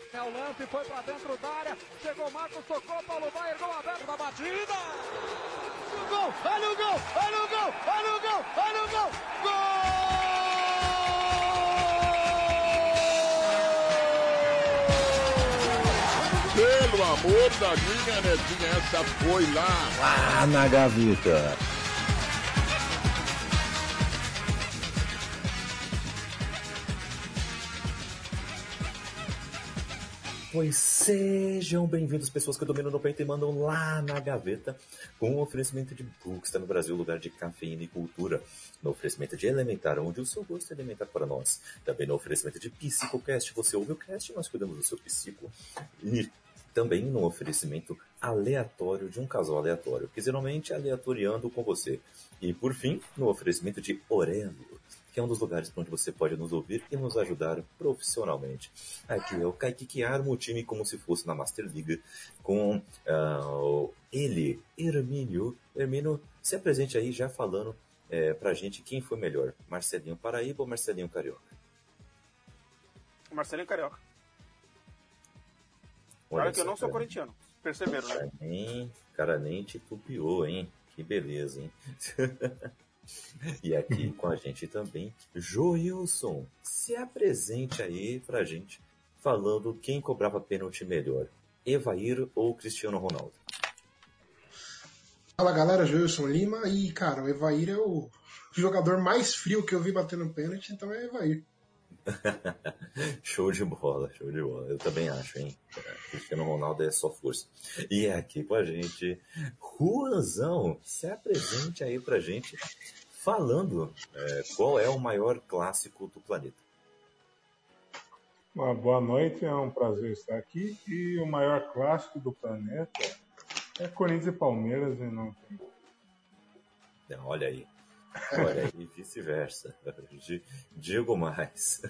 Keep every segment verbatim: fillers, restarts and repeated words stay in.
É o lance, foi pra dentro da área, chegou Marcos, tocou, Paulo Baier, gol aberto da batida! O gol, olha o gol, olha o gol, olha o gol, olha o gol! Gol! Pelo amor da minha netinha, essa foi lá! Lá na gaveta! Pois sejam bem-vindos, pessoas que dominam no peito e mandam lá na gaveta, com o oferecimento de Booksta no Brasil, lugar de cafeína e cultura. No oferecimento de Elementar, onde o seu gosto é elementar para nós. Também no oferecimento de Psicocast, você ouve o cast e nós cuidamos do seu psico. E também no oferecimento aleatório de um casal aleatório, que geralmente é aleatoriando com você. E por fim, no oferecimento de Orelo, que é um dos lugares onde você pode nos ouvir e nos ajudar profissionalmente. Aqui é o Kaique que arma o time como se fosse na Master League, com uh, ele, Hermínio. Hermínio, se apresente aí já falando é, pra gente quem foi melhor, Marcelinho Paraíba ou Marcelinho Carioca? Marcelinho Carioca. Olha, Olha que eu não sou corintiano, perceberam, né? Cara nem, cara nem titubeou, hein? Que beleza, hein? E aqui com a gente também, Joilson. Se apresente aí pra gente, falando quem cobrava pênalti melhor, Evair ou Cristiano Ronaldo? Fala galera, Joilson Lima. E cara, o Evair é o jogador mais frio que eu vi batendo pênalti, então é Evair. Show de bola, show de bola. Eu também acho, hein? Cristiano Ronaldo é só força. E aqui com a gente, Juanzão. Se apresente aí pra gente, falando é, qual é o maior clássico do planeta. Uma boa noite, é um prazer estar aqui. E o maior clássico do planeta é Corinthians e Palmeiras, e não tem. Não, olha aí. Olha aí, vice-versa. Digo mais.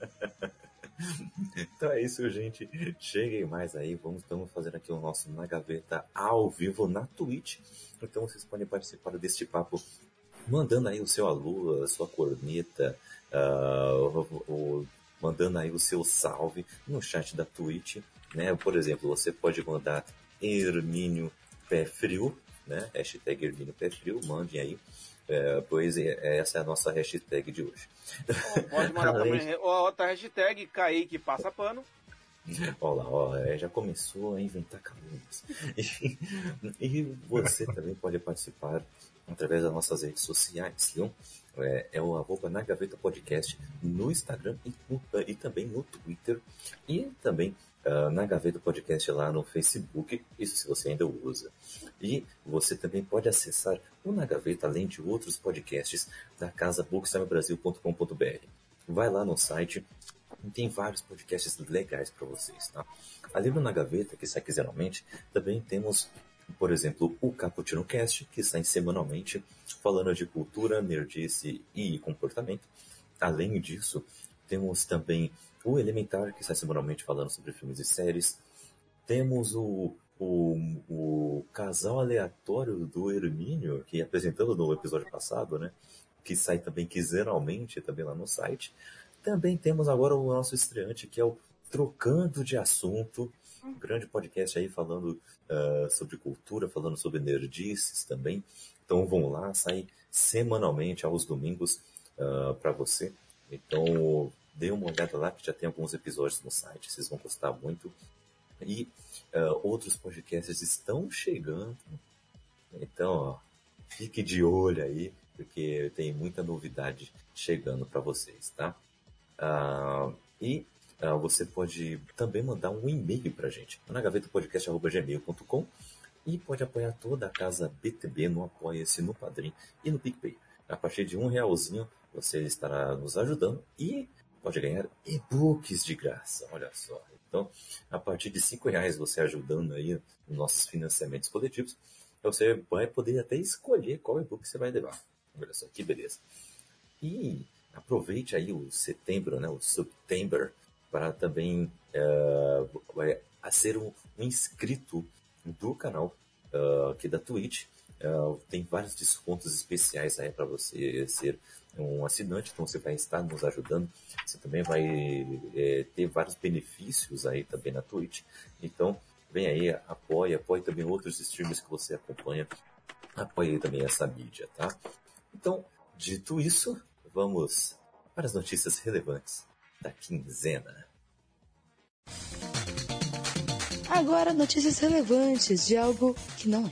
Então é isso, gente. Cheguem mais aí. Vamos, estamos fazendo aqui o nosso Na Gaveta ao vivo na Twitch. Então vocês podem participar deste papo mandando aí o seu alô, a sua corneta, uh, o, o, mandando aí o seu salve no chat da Twitch, né? Por exemplo, você pode mandar Hermínio Pé Frio, né? Hashtag Hermínio Pé Frio, mandem aí. É, pois é, essa é a nossa hashtag de hoje. Oh, pode mandar Além... também outra hashtag, Kaique Passa Pano. Olha lá, ó, já começou a inventar calúnias. E, e você também pode participar através das nossas redes sociais, viu? É, é o arroba na Gaveta Podcast no Instagram e, e também no Twitter. E também uh, na Gaveta Podcast lá no Facebook, isso se você ainda usa. E você também pode acessar o Na Gaveta, além de outros podcasts da casa bookstime brasil ponto com ponto b r. Vai lá no site, tem vários podcasts legais para vocês, tá? Além do Na Gaveta, que sai quinzenalmente, também temos, por exemplo, o Cappuccino Cast, que sai semanalmente, falando de cultura, nerdice e comportamento. Além disso, temos também o Elementar, que sai semanalmente falando sobre filmes e séries. Temos o, o, o Casal Aleatório do Hermínio, que apresentando no episódio passado, né? Que sai também quinzenalmente, também lá no site. Também temos agora o nosso estreante, que é o Trocando de Assunto, um grande podcast aí falando uh, sobre cultura, falando sobre nerdices também. Então vão lá, sai semanalmente aos domingos uh, para você. Então dê uma olhada lá, que já tem alguns episódios no site, vocês vão gostar muito. E uh, outros podcasts estão chegando. Então, ó, fique de olho aí, porque tem muita novidade chegando para vocês, tá? Uh, e uh, você pode também mandar um e-mail pra gente na gaveta podcast arroba gmail ponto com e pode apoiar toda a casa B T B no Apoia-se, no Padrim e no PicPay. A partir de um realzinho você estará nos ajudando e pode ganhar e-books de graça, olha só. Então, a partir de cinco reais você ajudando aí nos nossos financiamentos coletivos, você vai poder até escolher qual e-book você vai levar. Olha só, que beleza. E aproveite aí o setembro, né, o September, para também uh, a ser um, um inscrito do canal uh, aqui da Twitch Uh, tem vários descontos especiais aí para você ser um assinante, então você vai estar nos ajudando. Você também vai é, ter vários benefícios aí também na Twitch. Então, vem aí, apoie, apoie também outros streamers que você acompanha. Apoie aí também essa mídia, tá? Então, dito isso, vamos para as notícias relevantes da quinzena. Agora, notícias relevantes de algo que não é.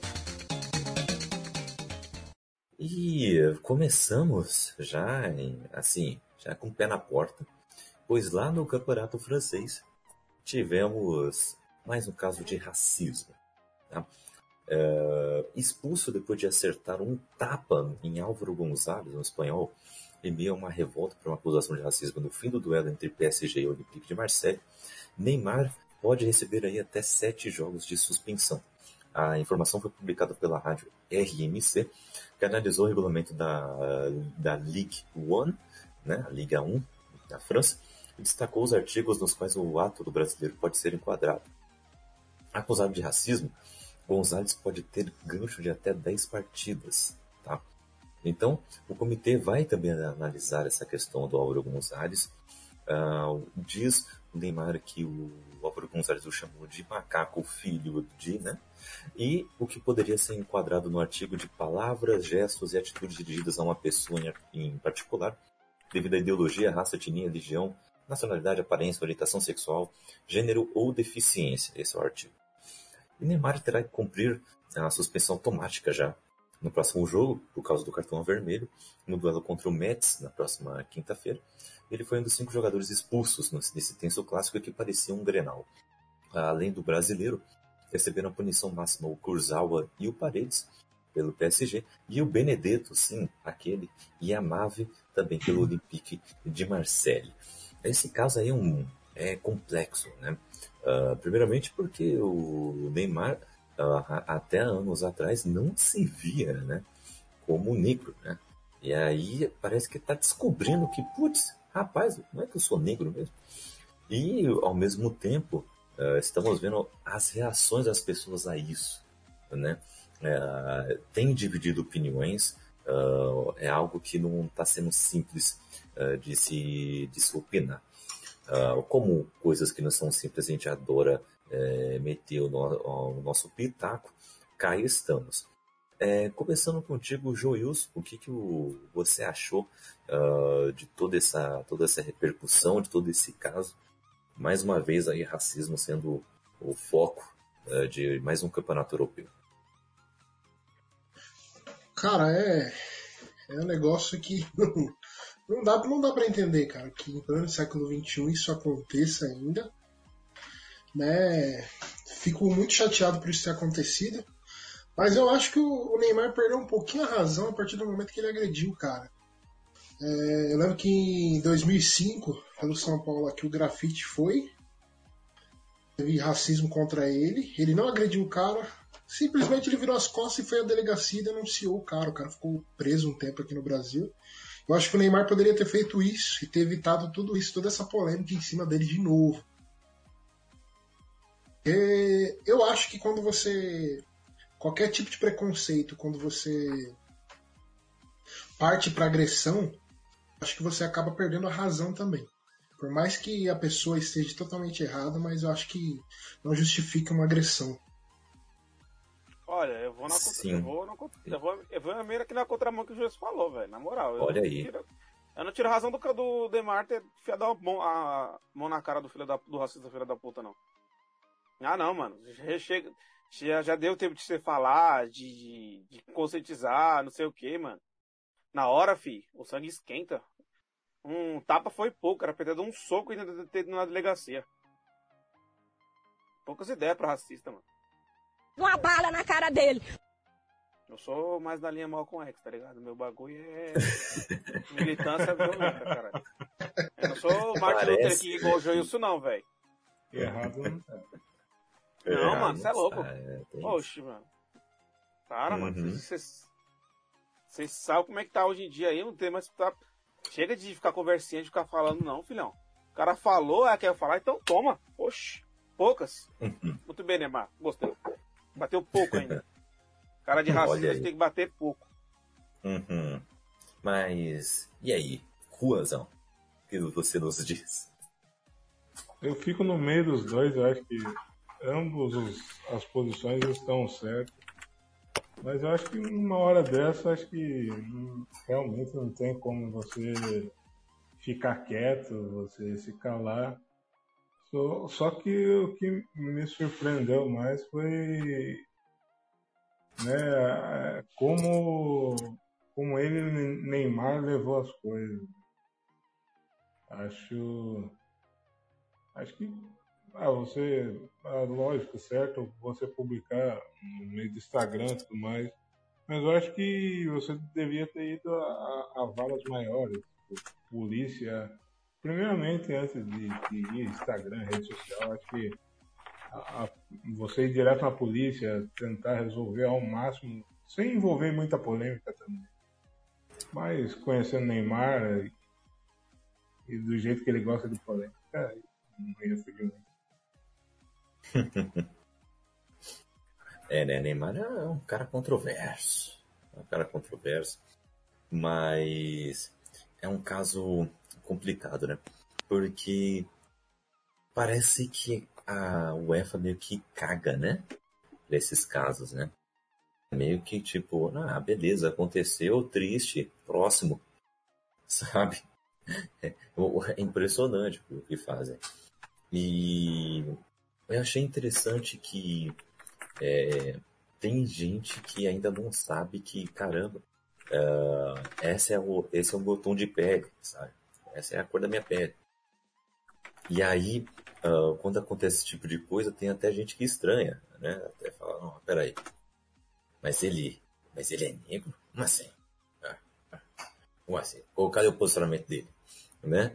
E começamos já, em, assim, já com o pé na porta, pois lá no campeonato francês tivemos mais um caso de racismo. Tá? É, expulso depois de acertar um tapa em Álvaro González, um espanhol, em meio a uma revolta por uma acusação de racismo no fim do duelo entre P S G e Olympique de Marseille, Neymar pode receber aí até sete jogos de suspensão. A informação foi publicada pela rádio R M C, que analisou o regulamento da, da Ligue um, né, a Liga um da França, e destacou os artigos nos quais o ato do brasileiro pode ser enquadrado. Acusado de racismo, Gonzalez pode ter gancho de até dez partidas. Tá? Então, o comitê vai também analisar essa questão do Álvaro Gonzalez. Uh, diz o Neymar que o Álvaro Gonzalez o chamou de macaco filho de, né? E o que poderia ser enquadrado no artigo de palavras, gestos e atitudes dirigidas a uma pessoa em particular, devido à ideologia, raça, etnia, religião, nacionalidade, aparência, orientação sexual, gênero ou deficiência. Esse é o artigo. E Neymar terá que cumprir a suspensão automática já no próximo jogo, por causa do cartão vermelho, no duelo contra o Metz, na próxima quinta-feira. Ele foi um dos cinco jogadores expulsos nesse tenso clássico que parecia um Grenal. Além do brasileiro, receberam a punição máxima o Kurzawa e o Paredes, pelo P S G, e o Benedetto, sim, aquele, e a Mave, também pelo Olympique de Marseille. Esse caso aí é, um, é complexo, né? Uh, primeiramente porque o Neymar, uh, até anos atrás, não se via, né, como negro, né? E aí parece que está descobrindo que, putz, rapaz, não é que eu sou negro mesmo? E, ao mesmo tempo, uh, estamos vendo as reações das pessoas a isso, né? Uh, tem dividido opiniões, uh, é algo que não está sendo simples uh, de, se, de se opinar. Uh, como coisas que não são simples, a gente adora uh, meter o, no, o nosso pitaco, cá estamos. É, começando contigo, Joilson, o que, que o, você achou uh, de toda essa, toda essa repercussão, de todo esse caso? Mais uma vez, aí, racismo sendo o foco uh, de mais um campeonato europeu. Cara, é, é um negócio que não, não dá, não dá para entender, cara, que em pleno século vinte e um isso aconteça ainda. Né? Fico muito chateado por isso ter acontecido. Mas eu acho que o Neymar perdeu um pouquinho a razão a partir do momento que ele agrediu o cara. É, eu lembro que em dois mil e cinco, pelo São Paulo aqui, o Grafite foi. Teve racismo contra ele. Ele não agrediu o cara. Simplesmente ele virou as costas e foi à delegacia e denunciou o cara. O cara ficou preso um tempo aqui no Brasil. Eu acho que o Neymar poderia ter feito isso e ter evitado tudo isso, toda essa polêmica em cima dele de novo. É, eu acho que quando você... Qualquer tipo de preconceito, quando você parte para agressão, acho que você acaba perdendo a razão também. Por mais que a pessoa esteja totalmente errada, mas eu acho que não justifica uma agressão. Olha, eu vou na contra, eu vou na contra, eu vou, eu vou meio aqui na contramão que o juiz falou, velho. Na moral. Eu Olha não aí. Tiro, eu não tiro a razão do, do Neymar ter enfiado a mão, a mão na cara do filho da, do racista filho da puta, não. Ah, não, mano. Já chega... Já, já deu tempo de você falar, de, de conscientizar, não sei o que, mano. Na hora, fi, o sangue esquenta. Um tapa foi pouco, era pra ter dado um soco e ainda ter ido na delegacia. Poucas ideias pra racista, mano. Uma bala na cara dele. Eu sou mais da linha Malcolm X, tá ligado? Meu bagulho é militância violenta, caralho. Eu não sou Martin Luther King igual o Joilson, não, velho. Errado não tá. Não, É, mano, você é louco. É, Oxe, mano. Para, Uhum. mano. Vocês sabem como é que tá hoje em dia aí, não tem mais. Tá... Chega de ficar conversinha, de ficar falando, não, filhão. O cara falou, é, quer falar, então toma. Oxe, poucas. Uhum. Muito bem, Neymar. Gostei. Bateu pouco ainda. Cara de racista Olha aí. tem que bater pouco. Uhum. Mas, e aí? Ruazão, o que você nos diz? Eu fico no meio dos dois, eu acho que ambos os, as posições estão certas. Mas eu acho que numa hora dessa, acho que hum, realmente não tem como você ficar quieto, você se calar. Só, só que o que me surpreendeu mais foi, né, como, como ele, Neymar, levou as coisas. Acho, acho que, ah, você, ah, lógico, certo, você publicar no meio do Instagram e tudo mais, mas eu acho que você devia ter ido a, a, a varas maiores, tipo, polícia. Primeiramente, antes de, de ir Instagram, rede social, acho que a, a, você ir direto na polícia, tentar resolver ao máximo, sem envolver muita polêmica também. Mas conhecendo Neymar e, e do jeito que ele gosta de polêmica, não ia fugir muito. É, né? Neymar é um cara controverso. É um cara controverso. Mas é um caso complicado, né? Porque parece que a UEFA meio que caga, né? Nesses casos, né? Meio que tipo, ah, beleza, aconteceu, triste, próximo. Sabe? É, é impressionante o que fazem. E eu achei interessante que é, tem gente que ainda não sabe que, caramba, uh, essa é o, esse é o meu tom de pele, sabe? Essa é a cor da minha pele. E aí, uh, quando acontece esse tipo de coisa, tem até gente que estranha, né? Até fala, não, peraí, mas ele, mas ele é negro? Como assim? Ah, ah, como assim? Ou cadê o posicionamento dele? Né?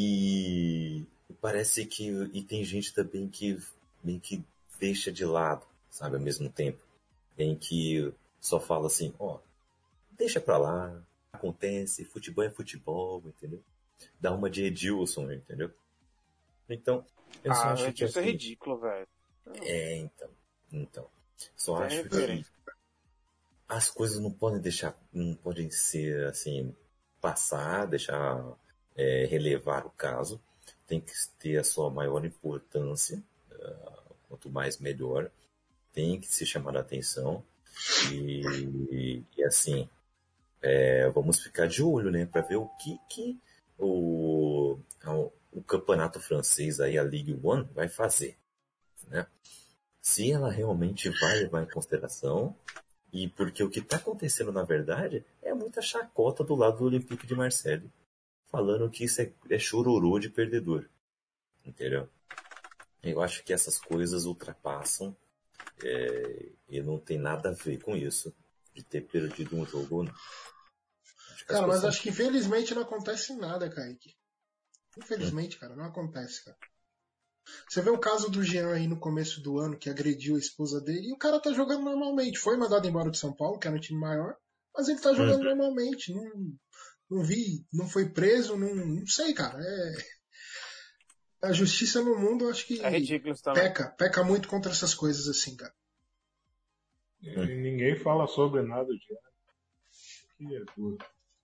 E parece que e tem gente também que meio que deixa de lado, sabe, ao mesmo tempo, em que só fala assim, ó, deixa pra lá, acontece, futebol é futebol, entendeu? Dá uma de Edilson, entendeu? Então, eu só Ah, acho que isso é assim, ridículo, velho. é, então, então, só Tem acho referência. que as coisas não podem deixar, não podem ser assim, passar, deixar é, relevar o caso, tem que ter a sua maior importância, uh, quanto mais melhor, tem que se chamar a atenção e, e assim, é, vamos ficar de olho, né, para ver o que, que o, o campeonato francês, aí, a Ligue um, vai fazer, né? Se ela realmente vai levar em consideração, e porque o que está acontecendo, na verdade, é muita chacota do lado do Olympique de Marseille, falando que isso é, é chororô de perdedor. Entendeu? Eu acho que essas coisas ultrapassam é, e não tem nada a ver com isso, de ter perdido um jogo ou não. Acho cara, mas acho que infelizmente não acontece nada, Kaique. Infelizmente, hum. cara, não acontece, cara. Você vê o caso do Jean aí no começo do ano, que agrediu a esposa dele, e o cara tá jogando normalmente. Foi mandado embora de São Paulo, que era um time maior, mas ele tá jogando hum. normalmente. Não, não vi, não foi preso, não, não sei, cara. É... A justiça no mundo, acho que é ridículo também. peca, peca muito contra essas coisas assim, cara. E ninguém fala sobre nada do Jean. Que é tudo.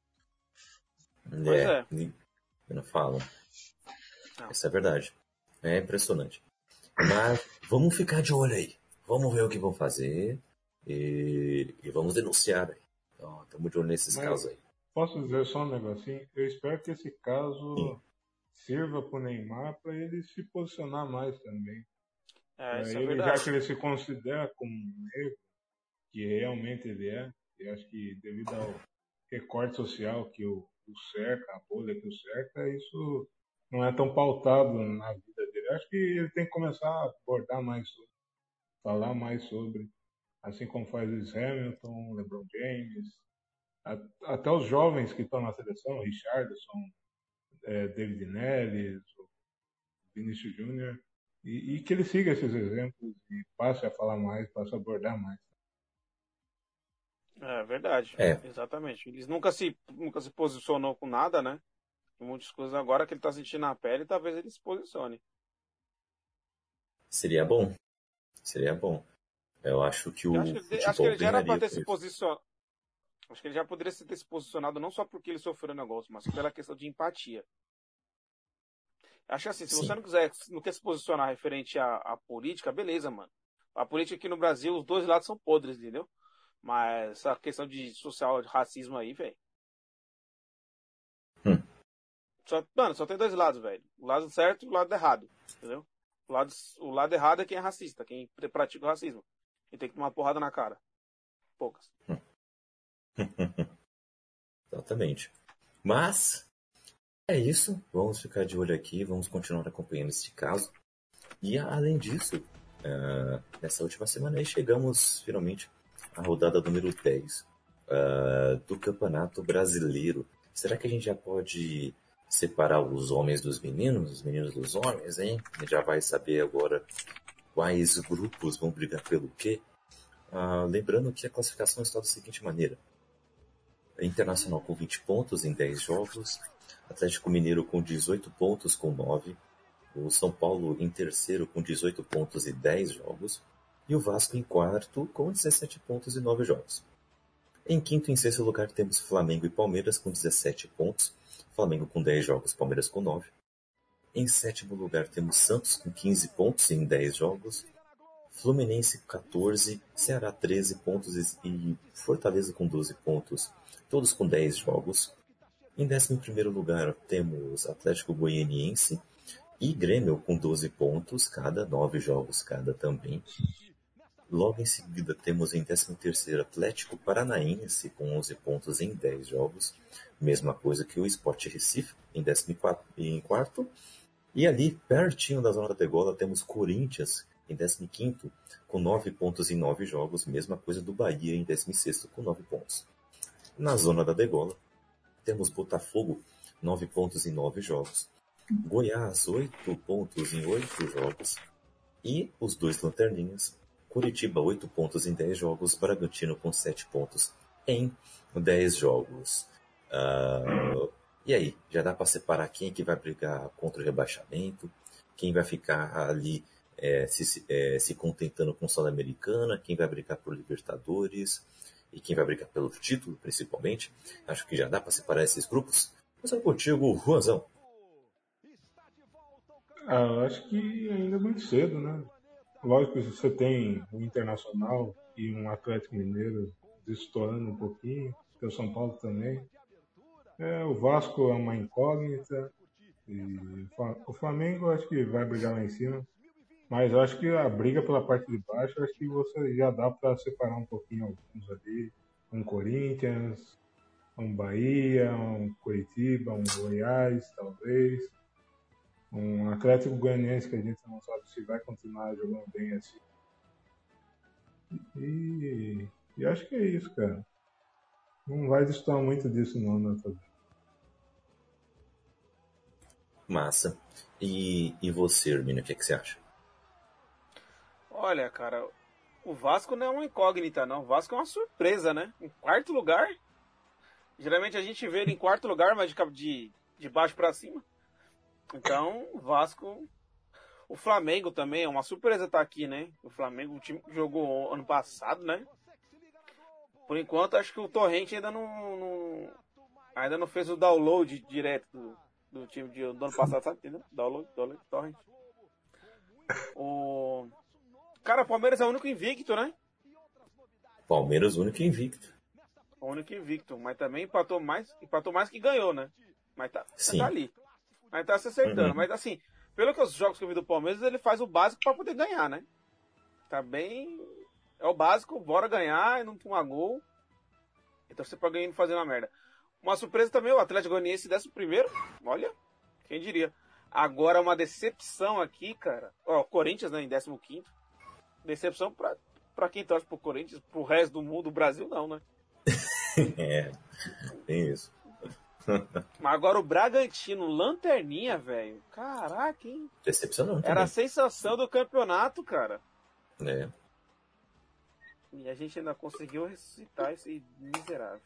Pois é, é. não falam. Isso é verdade. É impressionante. Mas vamos ficar de olho aí. Vamos ver o que vão fazer e, e vamos denunciar. Estamos então, de olho nesses Mas casos aí. Posso dizer só um negocinho? Eu espero que esse caso Sim. sirva para o Neymar para ele se posicionar mais também. É, isso ele, é verdade. já que ele se considera como um negro, que realmente ele é, e acho que devido ao recorte social que o, o cerca, a bolha que o cerca, isso não é tão pautado na vida dele. Acho que ele tem que começar a abordar mais sobre, falar mais sobre, assim como faz Lewis Hamilton, LeBron James, a, até os jovens que estão na seleção, Richarlison, é, David Neres, Vinícius Júnior, e, e que ele siga esses exemplos e passe a falar mais, passe a abordar mais. É verdade, é. Exatamente. Eles nunca se, nunca se posicionou com nada, né? Tem muitas coisas agora que ele tá sentindo na pele, talvez ele se posicione. Seria bom. Seria bom. Eu acho que o Eu acho que, ele, futebol acho que ele já era ganharia pra ter com se isso. posicionado. Acho que ele já poderia ter se posicionado não só porque ele sofreu negócio, mas pela questão de empatia. Acho que assim, se Sim. você não quiser, não quer se posicionar referente à, à política, beleza, mano. A política aqui no Brasil, os dois lados são podres, entendeu? Mas essa questão de social, de racismo aí, velho. Hum. Só, mano, só tem dois lados, velho. O lado certo e o lado errado, entendeu? O lado, o lado errado é quem é racista, quem pratica o racismo. E tem que tomar uma porrada na cara. Poucas. Exatamente. Mas é isso. Vamos ficar de olho aqui, vamos continuar acompanhando este caso. E além disso, uh, nessa última semana aí chegamos finalmente à rodada número dez uh, do Campeonato Brasileiro. Será que a gente já pode separar os homens dos meninos, os meninos dos homens, hein? A gente já vai saber agora quais grupos vão brigar pelo quê. Uh, lembrando que a classificação está da seguinte maneira: Internacional com vinte pontos em dez jogos, Atlético Mineiro com dezoito pontos com nove, o São Paulo em terceiro com dezoito pontos e dez jogos, e o Vasco em quarto com dezessete pontos e nove jogos. Em quinto e em sexto lugar temos Flamengo e Palmeiras com dezessete pontos, Flamengo com dez jogos, Palmeiras com nove. Em sétimo lugar temos Santos com quinze pontos em dez jogos, Fluminense com quatorze, Ceará treze pontos e Fortaleza com doze pontos, todos com dez jogos. Em décimo primeiro lugar temos Atlético Goianiense e Grêmio com doze pontos, cada nove jogos cada também. Logo em seguida temos em décimo terceiro Atlético Paranaense com onze pontos em dez jogos, mesma coisa que o Sport Recife em décimo quarto. E ali, pertinho da zona da degola, temos Corinthians em décimo quinto com nove pontos em nove jogos, mesma coisa do Bahia em décimo sexto com nove pontos. Na zona da degola, temos Botafogo, nove pontos em nove jogos, Goiás, oito pontos em oito jogos, e os dois lanterninhas, Curitiba, oito pontos em dez jogos, Bragantino com sete pontos em dez jogos. Uh, e aí, já dá para separar quem é que vai brigar contra o rebaixamento, quem vai ficar ali é, se, é, se contentando com Sul-Americana, quem vai brigar por Libertadores e quem vai brigar pelo título, principalmente. Acho que já dá para separar esses grupos. Mas é contigo, Juanzão. Ah, eu acho que ainda é muito cedo, né? Lógico que você tem o Internacional e um Atlético Mineiro destoando um pouquinho, tem o São Paulo também. É, o Vasco é uma incógnita. E o Flamengo acho que vai brigar lá em cima. Mas eu acho que a briga pela parte de baixo, acho que você já dá para separar um pouquinho alguns ali. Um Corinthians, um Bahia, um Curitiba, um Goiás, talvez. Um Atlético Goianiense que a gente não sabe se vai continuar jogando bem assim. E, e acho que é isso, cara. Não vai destoar muito disso não, né? Massa. E, e você, Hermínio, o que, é que você acha? Olha, cara, o Vasco não é uma incógnita, não. O Vasco é uma surpresa, né? Em quarto lugar. Geralmente a gente vê ele em quarto lugar, mas de, de, de baixo pra cima. Então, o Vasco... O Flamengo também é uma surpresa estar aqui, né? O Flamengo, o time que jogou ano passado, né? Por enquanto, acho que o Torrente ainda não, não... ainda não fez o download direto do, do time de, do ano passado, sabe? Entendeu? Download, download, Torrent. O... Cara, o Palmeiras é o único invicto, né? Palmeiras, o único invicto. O único invicto, mas também empatou mais, empatou mais que ganhou, né? Mas tá, Sim. tá ali. Mas tá se acertando. Uhum. Mas assim, pelo que os jogos que eu vi do Palmeiras, ele faz o básico pra poder ganhar, né? Tá bem... É o básico, bora ganhar, e não tomar gol. Então você pode ganhar indo fazendo uma merda. Uma surpresa também, o Atlético Goianiense décimo primeiro. Olha, quem diria. Agora uma decepção aqui, cara. Ó, Corinthians, né, em décimo quinto. Decepção pra, pra quem torce pro Corinthians, pro resto do mundo, do Brasil não, né? É, tem isso. Mas agora o Bragantino, lanterninha, velho. Caraca, hein? Decepcionante. Era também. a sensação do campeonato, cara. É. E a gente ainda conseguiu ressuscitar esse miserável.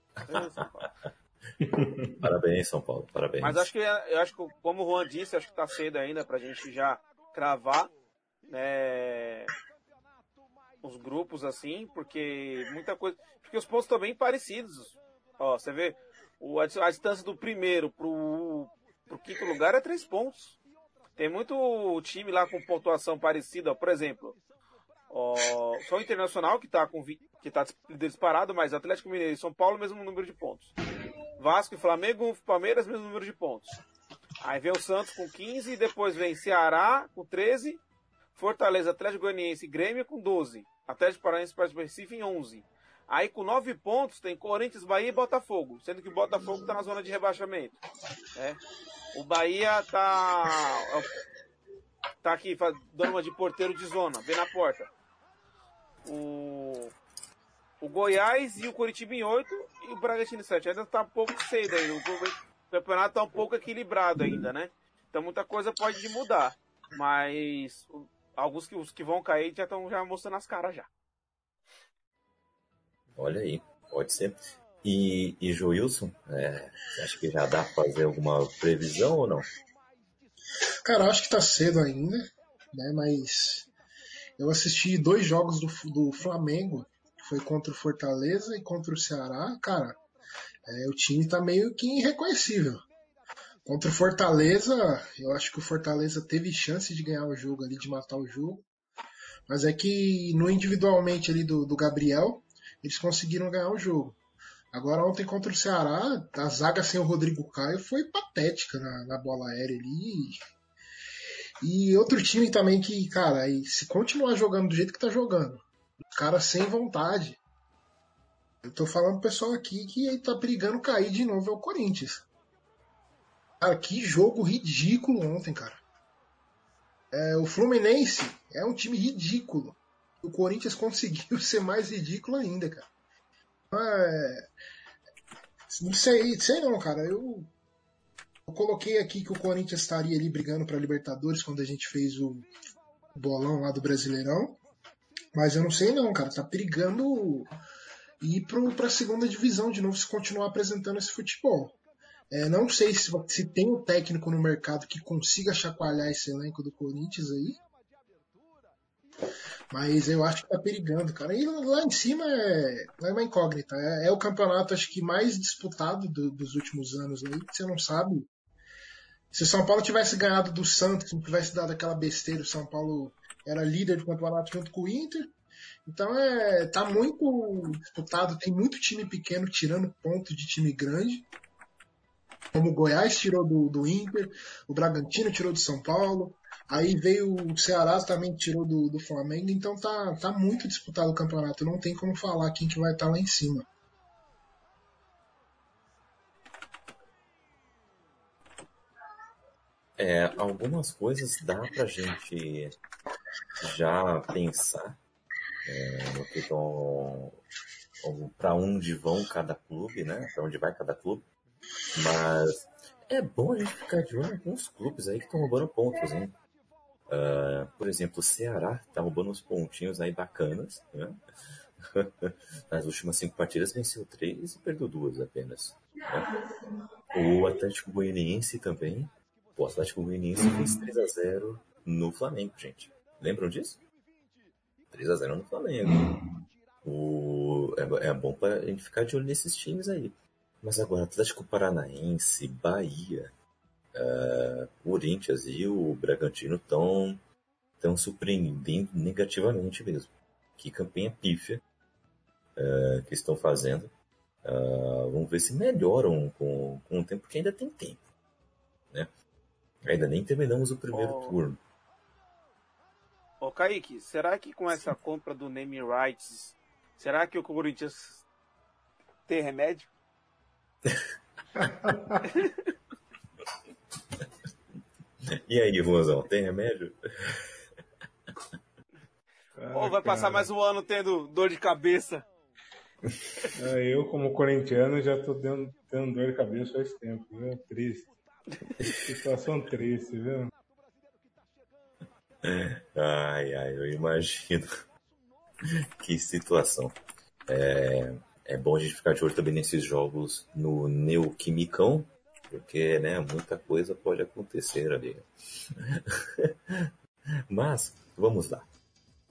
Parabéns, São Paulo. Parabéns. Mas acho que, eu acho que, como o Juan disse, acho que tá cedo ainda pra gente já cravar. É... os grupos assim, porque muita coisa. Porque os pontos estão bem parecidos. Ó, você vê, o, a, a distância do primeiro pro, pro quinto lugar é três pontos. Tem muito time lá com pontuação parecida, ó, por exemplo. Ó, só o Internacional que tá com que tá disparado, mas Atlético Mineiro e São Paulo, mesmo número de pontos. Vasco e Flamengo, Palmeiras, mesmo número de pontos. Aí vem o Santos com quinze, e depois vem Ceará com treze, Fortaleza, Atlético Goianiense e Grêmio com doze. Atlético Paranaense e Sport Recife em onze. Aí com nove pontos tem Corinthians, Bahia e Botafogo, sendo que o Botafogo tá na zona de rebaixamento. Né? O Bahia tá tá aqui dando uma de porteiro de zona, bem na porta. O, o Goiás e o Coritiba em oito e o Bragantino em sete. Ainda tá um pouco cedo ainda. O campeonato tá um pouco equilibrado ainda, né? Então muita coisa pode mudar. Mas alguns que, os que vão cair já estão já mostrando as caras já. Olha aí, pode ser. E, e Joilson, é, acho que já dá pra fazer alguma previsão ou não? Cara, eu acho que tá cedo ainda, né? Mas eu assisti dois jogos do, do Flamengo, que foi contra o Fortaleza e contra o Ceará. Cara, é, o time tá meio que irreconhecível. Contra o Fortaleza, eu acho que o Fortaleza teve chance de ganhar o jogo ali, de matar o jogo. Mas é que no individualmente ali do, do Gabriel, eles conseguiram ganhar o jogo. Agora ontem contra o Ceará, a zaga sem o Rodrigo Caio foi patética na, na bola aérea ali. E outro time também que, cara, se continuar jogando do jeito que tá jogando, o cara sem vontade. Eu tô falando pro pessoal aqui que ele tá brigando cair de novo é o Corinthians. Cara, que jogo ridículo ontem, cara. É, o Fluminense é um time ridículo. O Corinthians conseguiu ser mais ridículo ainda, cara. É, não sei, sei não, cara. Eu, eu coloquei aqui que o Corinthians estaria ali brigando pra Libertadores quando a gente fez o bolão lá do Brasileirão. Mas eu não sei não, cara. Tá perigando ir pro, pra segunda divisão de novo se continuar apresentando esse futebol. É, não sei se, se tem um técnico no mercado que consiga chacoalhar esse elenco do Corinthians aí. Mas eu acho que tá perigando, cara. E lá em cima é, é uma incógnita. É, é o campeonato, acho que, mais disputado do, dos últimos anos aí. Você não sabe. Se o São Paulo tivesse ganhado do Santos, não tivesse dado aquela besteira, o São Paulo era líder do campeonato junto com o Inter. Então é, tá muito disputado. Tem muito time pequeno tirando ponto de time grande. Como o Goiás tirou do, do Inter, o Bragantino tirou do São Paulo, aí veio o Ceará também tirou do, do Flamengo, então tá, tá muito disputado o campeonato, não tem como falar quem que vai estar lá em cima. É, algumas coisas dá pra gente já pensar é, no que estão, para onde vão cada clube, né? Para onde vai cada clube. Mas é bom a gente ficar de olho em alguns clubes aí que estão roubando pontos, hein? Uh, por exemplo, o Ceará tá roubando uns pontinhos aí bacanas, né? Nas últimas cinco partidas venceu três e perdeu duas apenas. Né? O Atlético Goianiense também. O Atlético Goianiense fez três a zero no Flamengo, gente. Lembram disso? três a zero no Flamengo. O... É, é bom pra gente ficar de olho nesses times aí. Mas agora, Atlético Paranaense, Bahia, uh, Corinthians e o Bragantino estão tão surpreendendo negativamente mesmo. Que campanha pífia uh, que estão fazendo. Uh, vamos ver se melhoram com, com o tempo, porque ainda tem tempo. Né? Ainda nem terminamos o primeiro oh. turno. Ô Kaique, será que com essa compra do name rights, será que o Corinthians tem remédio? E aí, Rosão, tem remédio? Ou vai passar mais um ano tendo dor de cabeça? Eu, como corintiano, já tô tendo, tendo dor de cabeça faz tempo, viu? Triste. Situação triste, viu? Ai, ai, eu imagino. Que situação. É... É bom a gente ficar de olho também nesses jogos no Neoquimicão, porque, né, muita coisa pode acontecer ali. Mas, vamos lá.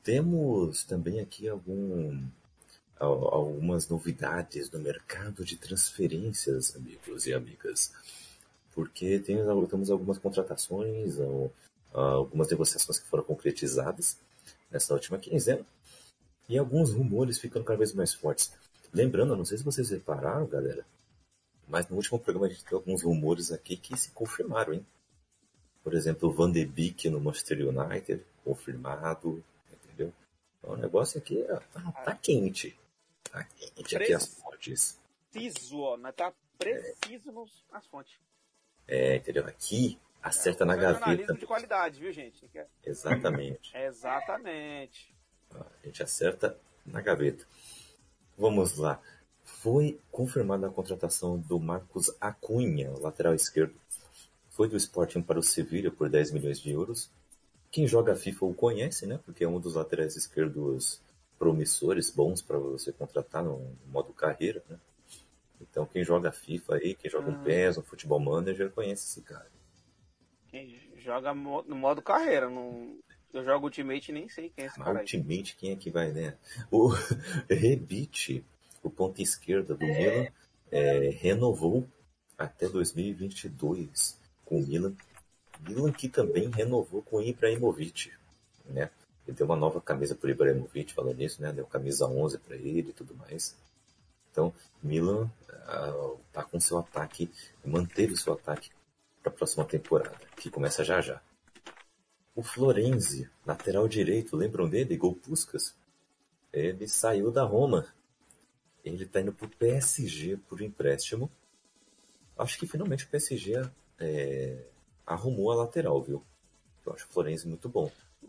Temos também aqui algum, algumas novidades no mercado de transferências, amigos e amigas. Porque tem, temos algumas contratações, algumas negociações que foram concretizadas nessa última quinzena. E alguns rumores ficando cada vez mais fortes. Lembrando, não sei se vocês repararam, galera, mas no último programa a gente teve alguns rumores aqui que se confirmaram, hein? Por exemplo, o Van de Beek no Manchester United, confirmado, entendeu? Então, o negócio aqui tá, tá quente. Tá quente aqui as fontes. Preciso, ó, mas tá preciso nos, nas fontes. É, entendeu? Aqui, acerta é, na gaveta. Jornalismo de qualidade, viu, gente? Exatamente. Exatamente. A gente acerta na gaveta. Vamos lá. Foi confirmada a contratação do Marcos Acunha, lateral esquerdo. Foi do Sporting para o Sevilla por dez milhões de euros. Quem joga FIFA o conhece, né? Porque é um dos laterais esquerdos promissores, bons para você contratar no modo carreira, né? Então quem joga FIFA aí, quem joga um P E S, um Futebol Manager, conhece esse cara. Quem joga no modo carreira, não... Eu jogo Ultimate e nem sei quem é esse cara aí. Ultimate, quem é que vai, né? O Rebic, o ponta esquerda do Milan, é, renovou até dois mil e vinte e dois com o Milan. Milan que também renovou com o Ibrahimovic, né? Ele deu uma nova camisa para o Ibrahimovic, falando nisso, né? Deu camisa onze para ele e tudo mais. Então, Milan uh, tá com seu ataque, manteve o seu ataque para a próxima temporada, que começa já já. O Florenzi, lateral direito, lembram dele? Gol Puskás. Ele saiu da Roma. Ele está indo para o P S G por empréstimo. Acho que finalmente o P S G é, arrumou a lateral, viu? Eu acho o Florenzi muito bom.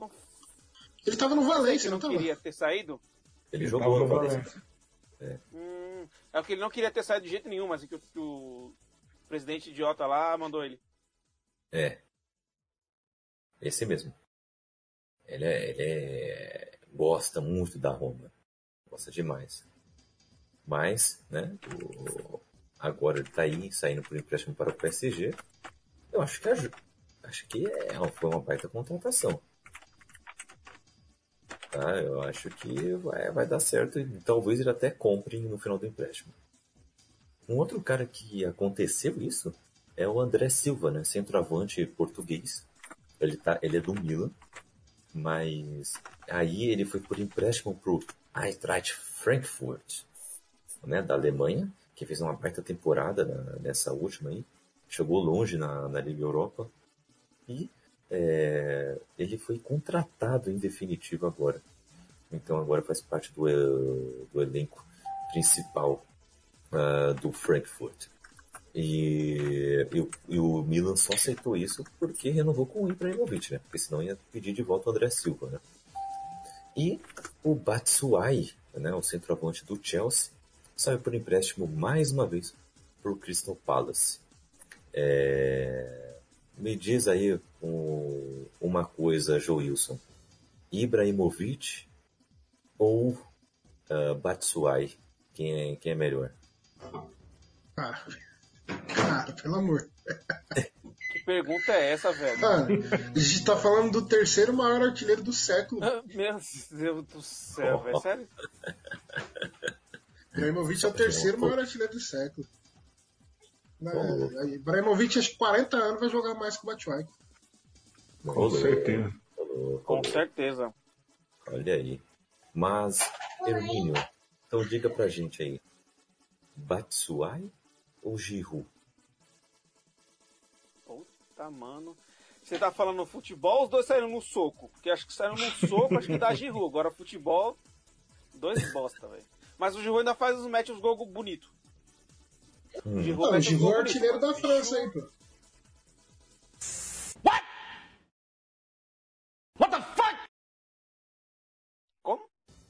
Ele estava no Valência, não não queria tava? ter saído? Ele, ele jogou no Valência. Valência. É. Hum, é o que ele não queria ter saído de jeito nenhum, mas é que o, que o presidente idiota lá mandou ele. É. Esse mesmo. Ele, é, ele é, gosta muito da Roma. Gosta demais. Mas, né, o, agora ele tá aí, saindo por empréstimo para o P S G. Eu acho que, acho que é, foi uma baita contratação. Tá, eu acho que vai, vai dar certo e talvez ele até compre no final do empréstimo. Um outro cara que aconteceu isso é o André Silva, né, centroavante português. Ele, tá, ele é do Milan, mas aí ele foi por empréstimo pro Eintracht Frankfurt, né, da Alemanha, que fez uma baita temporada na, nessa última aí, chegou longe na, na Liga Europa, e é, ele foi contratado em definitivo agora. Então agora faz parte do, do elenco principal uh, do Frankfurt. E, e, e o Milan só aceitou isso porque renovou com o Ibrahimovic, né? Porque senão ia pedir de volta o André Silva, né? E o Batshuayi, né, o centroavante do Chelsea, saiu por empréstimo mais uma vez para o Crystal Palace. É... Me diz aí um, uma coisa, Joilson. Ibrahimovic ou uh, Batshuayi? Quem é, quem é melhor? Cara, cara, pelo amor. Que pergunta é essa, velho? Cara, a gente tá falando do terceiro maior artilheiro do século. Meu Deus do céu, velho. Sério? Ibrahimovic é o terceiro maior artilheiro do século. É, Ibrahimovic, acho que quarenta anos, vai jogar mais que o Batshuayi. Com certeza. Com certeza. Olha aí. Mas, Hermínio, então diga pra gente aí. Batshuayi ou Giroud? Puta, mano. Você tá falando no futebol, os dois saíram no soco. Porque acho que saíram no soco, acho que dá Giroud. Agora futebol, dois bosta, velho. Mas o Giroud ainda faz os mete os gols bonitos. Hum. O Giroud, não, o Giroud é artilheiro da França aí, pô. What? What the fuck? Como?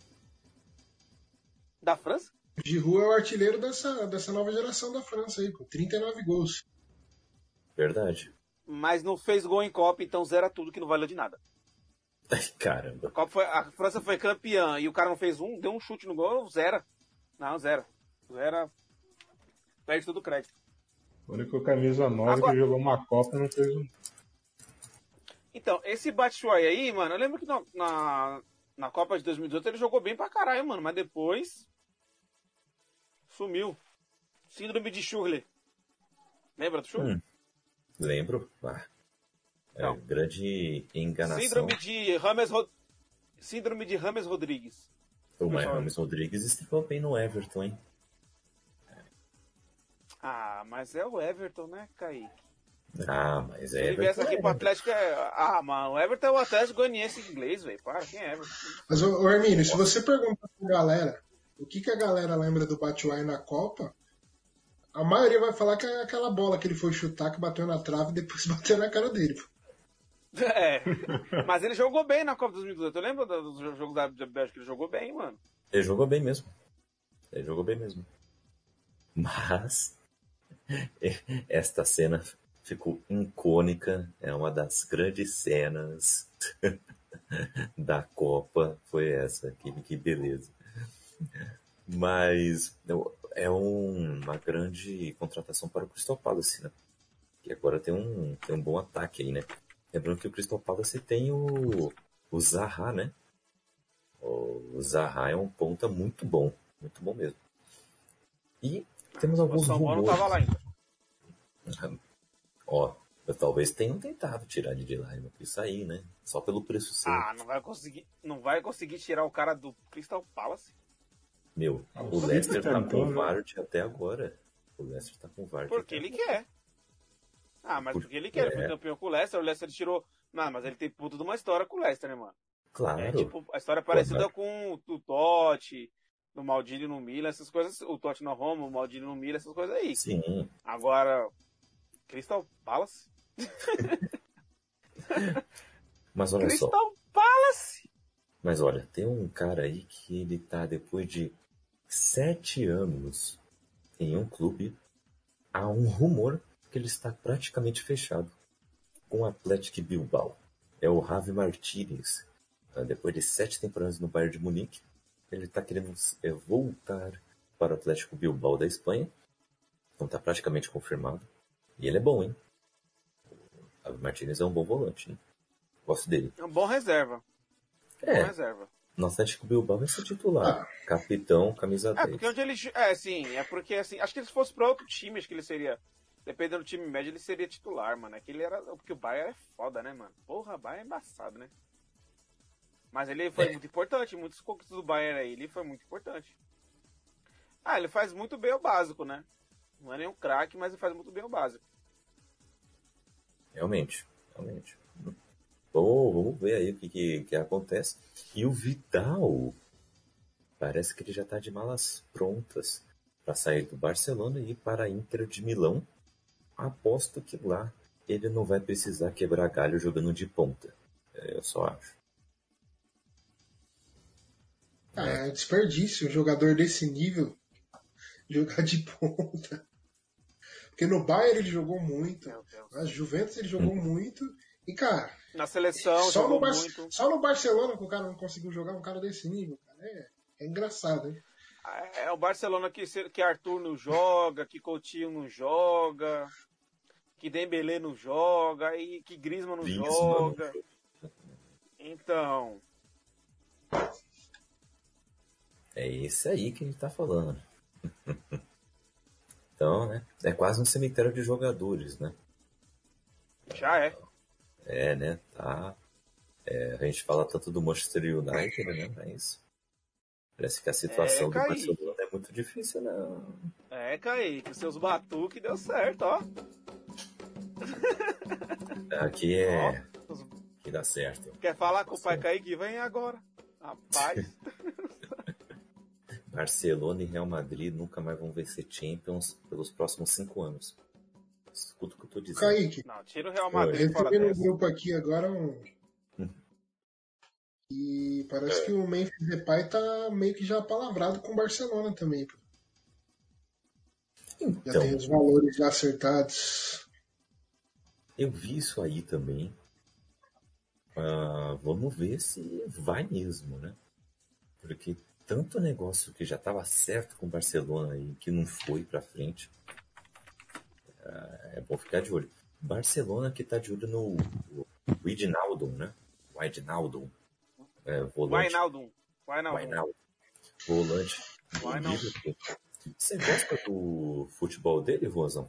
Da França? O Giroud é o artilheiro dessa, dessa nova geração da França aí, com trinta e nove gols. Verdade. Mas não fez gol em Copa, então zera tudo que não valeu de nada. Caramba. A, Copa foi, a França foi campeã e o cara não fez um, deu um chute no gol, zera. Não, zera. Zera. Perde todo o crédito. O único camisa nove Agora... que jogou uma Copa não fez um. Então, esse Batshuayi aí, mano, eu lembro que na, na, Na Copa de dois mil e dezoito ele jogou bem pra caralho, mano. Mas depois... sumiu. Síndrome de Schürrle. Lembra do Schürrle? Hum, lembro. Ah, é Não. grande enganação. Síndrome de Rames, Rod... Síndrome de Rames Rodrigues. O Rames Rodrigues esteve bem no Everton, hein? Ah, mas é o Everton, né, Kaique? Ah, mas Se é ele Everton. viesse aqui é pro Atlético, é... Ah, mano, o Everton é o Atlético Goianiense inglês, velho. Para, quem é Everton? Mas, ô, ô Hermínio, se você perguntar pra galera o que, que a galera lembra do Batshuayi na Copa, a maioria vai falar que é aquela bola que ele foi chutar, que bateu na trave e depois bateu na cara dele. É, mas ele jogou bem na Copa dois mil e dezoito. Eu lembro do jogo da Bélgica, ele jogou bem, mano. Ele jogou bem mesmo. Ele jogou bem mesmo. Mas esta cena ficou icônica. É uma das grandes cenas da Copa. Foi essa. Que, que beleza. Mas é um, uma grande contratação para o Crystal Palace, né? Que agora tem um, tem um bom ataque aí, né? Lembrando que o Crystal Palace tem o, o Zaha, né? O Zaha é um ponta muito bom. Muito bom mesmo. E temos alguns O São Paulo não rumores. tava lá ainda. Ó, eu talvez tenham tentado tirar ele de lá, mas isso aí, né? Só pelo preço ser. Ah, não vai conseguir, não vai conseguir tirar o cara do Crystal Palace. Meu, Ah, o o Leicester City tá tentou, com né? o Vardy até agora. O Leicester tá com o Vardy. Porque até ele quer. Ah, mas Por- porque ele quer. Ele foi é. campeão com o Leicester, o Leicester tirou... Não, mas ele tem puta de uma história com o Leicester, né, mano? Claro. É tipo, a história é parecida mas- com o Totti, do Maldini no Milan, essas coisas. O Totti na Roma, o Maldini no Milan, essas coisas aí. Sim. Agora, Crystal Palace? Mas olha só. Crystal Palace? Mas olha, tem um cara aí que ele tá depois de sete anos em um clube. Há um rumor que ele está praticamente fechado com o Athletic Bilbao. É o Javi Martínez. Ah, Depois de sete temporadas no Bayern de Munique, ele está querendo é, voltar para o Atlético Bilbao da Espanha. Então está praticamente confirmado. E ele é bom, hein? O Javi Martínez é um bom volante, hein? Gosto dele. É um bom reserva. É, Bom reserva. no Atlético Bilbao vai ser titular. Capitão, camisa É, dez. porque onde ele. É, sim, é porque assim. Acho que se fosse pra outro time, acho que ele seria. Dependendo do time médio, ele seria titular, mano. É que ele era. Porque o Bayern é foda, né, mano? Porra, o Bayern é embaçado, né? Mas ele foi É. muito importante. Muitos conquistas do Bayern aí, ele foi muito importante. Ah, ele faz muito bem o básico, né? Não é nenhum craque, mas ele faz muito bem o básico. Realmente, realmente. Vamos, vamos ver aí o que, que, que acontece. E o Vidal, parece que ele já está de malas prontas para sair do Barcelona e ir para a Inter de Milão. Aposto que lá ele não vai precisar quebrar galho jogando de ponta. É, eu só acho. Ah, é desperdício um jogador desse nível jogar de ponta. Porque no Bayern ele jogou muito, Meu Deus. na Juventus ele jogou muito. E, cara, Na seleção, só jogou no, Bar- muito. só no Barcelona que o cara não conseguiu jogar um cara desse nível, cara. É, é engraçado, hein? É o Barcelona que, se- que Arthur não joga, que Coutinho não joga, que Dembélé não joga, e que Griezmann não Griezmann. joga. Então, É esse aí que a gente tá falando. Então, né? É quase um cemitério de jogadores, né? já é. É, né? Tá. É, a gente fala tanto do Manchester United, né? Mas parece que a situação É, do Kaique. Barcelona é muito difícil, não. É, Kaique, os seus batuques deu certo, ó. Aqui é. Ó, os- Que dá certo. Quer falar com o pai Kaique? Vem agora. Rapaz, Barcelona e Real Madrid nunca mais vão vencer Champions pelos próximos cinco anos. Escuta o que eu tô dizendo. Kaique, não, tira o Real eu Madrid fora recebi no dessa. grupo aqui agora um. E parece que o Memphis Depay tá meio que já palavrado com o Barcelona também. Pô. Já Então, tem os valores já acertados. eu vi isso aí também. Ah, vamos ver se vai mesmo, né? Porque tanto negócio que já estava certo com o Barcelona e que não foi pra frente. Ah, é bom ficar de olho. Barcelona que tá de olho no Wijnaldum, né? Wijnaldum. é, volante. Wijnaldum. Wijnaldum. Wijnaldum. Volante. Wijnaldum. Você gosta do futebol dele, Vozão?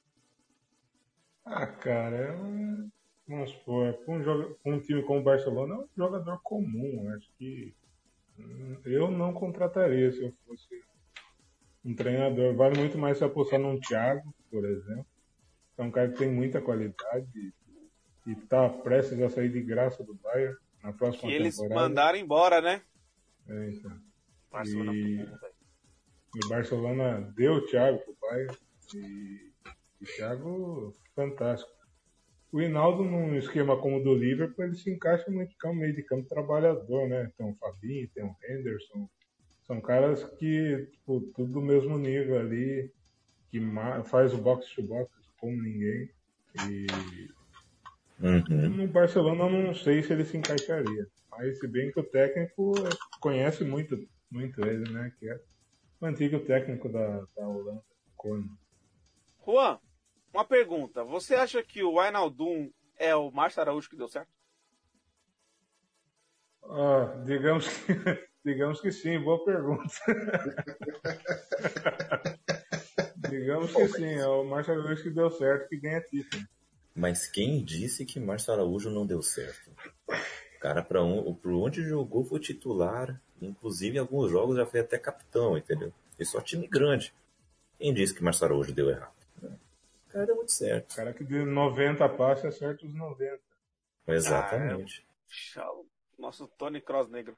Ah, cara, é um, vamos supor, para um, joga- pra um time como o Barcelona é um jogador comum. Acho que hum, eu não contrataria se eu fosse um treinador. Vale muito mais se apostar num Thiago, por exemplo. É um cara que tem muita qualidade e, e tá prestes a sair de graça do Bayern na próxima Que eles temporada. mandaram embora, né? É, então. Barcelona E- muito bom, velho. E o Barcelona deu o Thiago pro Bayern e o Thiago, fantástico. O Hinaldo, num esquema como o do Liverpool, ele se encaixa muito como meio de campo trabalhador, né? Tem o Fabinho, tem o Henderson. São caras que, tipo, tudo do mesmo nível ali, que ma- faz o box-to-box como ninguém. E Uhum. no Barcelona eu não sei se ele se encaixaria. Mas se bem que o técnico conhece muito, muito ele, né? Que é o antigo técnico da, da Holanda, Koeman. Juan, uma pergunta. Você acha que o Wijnaldum é o Márcio Araújo que deu certo? Ah, digamos que, digamos que sim, boa pergunta. Digamos que sim, é o Márcio Araújo que deu certo, que ganha título. Mas quem disse que Márcio Araújo não deu certo? O cara, para um, por onde jogou, foi titular. Inclusive, em alguns jogos já foi até capitão, entendeu? E só time grande. Quem disse que Márcio Araújo deu errado? O cara deu muito certo. O cara que de noventa passes acerta os noventa. Exatamente. Tchau. Nosso Tony Kroos negro.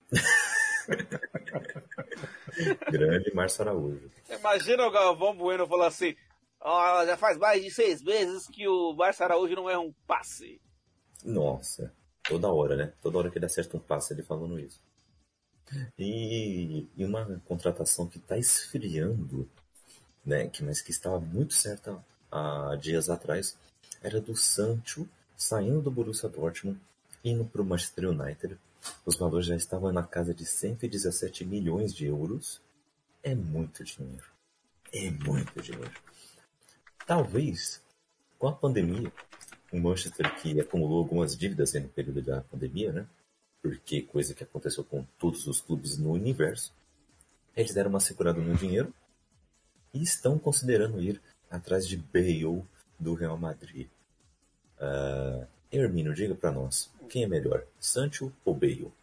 Grande Márcio Araújo. Imagina o Galvão Bueno falar assim: ó, já faz mais de seis meses que o Márcio Araújo não é um passe. Nossa, toda hora, né? Toda hora que ele acerta um passe, ele falando isso. E, e uma contratação que está esfriando, né? Que, mas que estava muito certa há dias atrás, era do Sancho saindo do Borussia Dortmund, indo para o Manchester United. Os valores já estavam na casa de cento e dezessete milhões de euros. É muito dinheiro. É muito dinheiro. Talvez, com a pandemia, o Manchester, que acumulou algumas dívidas no período da pandemia, né? Porque coisa que aconteceu com todos os clubes no universo, eles deram uma segurada no dinheiro e estão considerando ir atrás de Bale do Real Madrid. Uh, Hermínio, diga para nós, quem é melhor, Sancho ou Bale?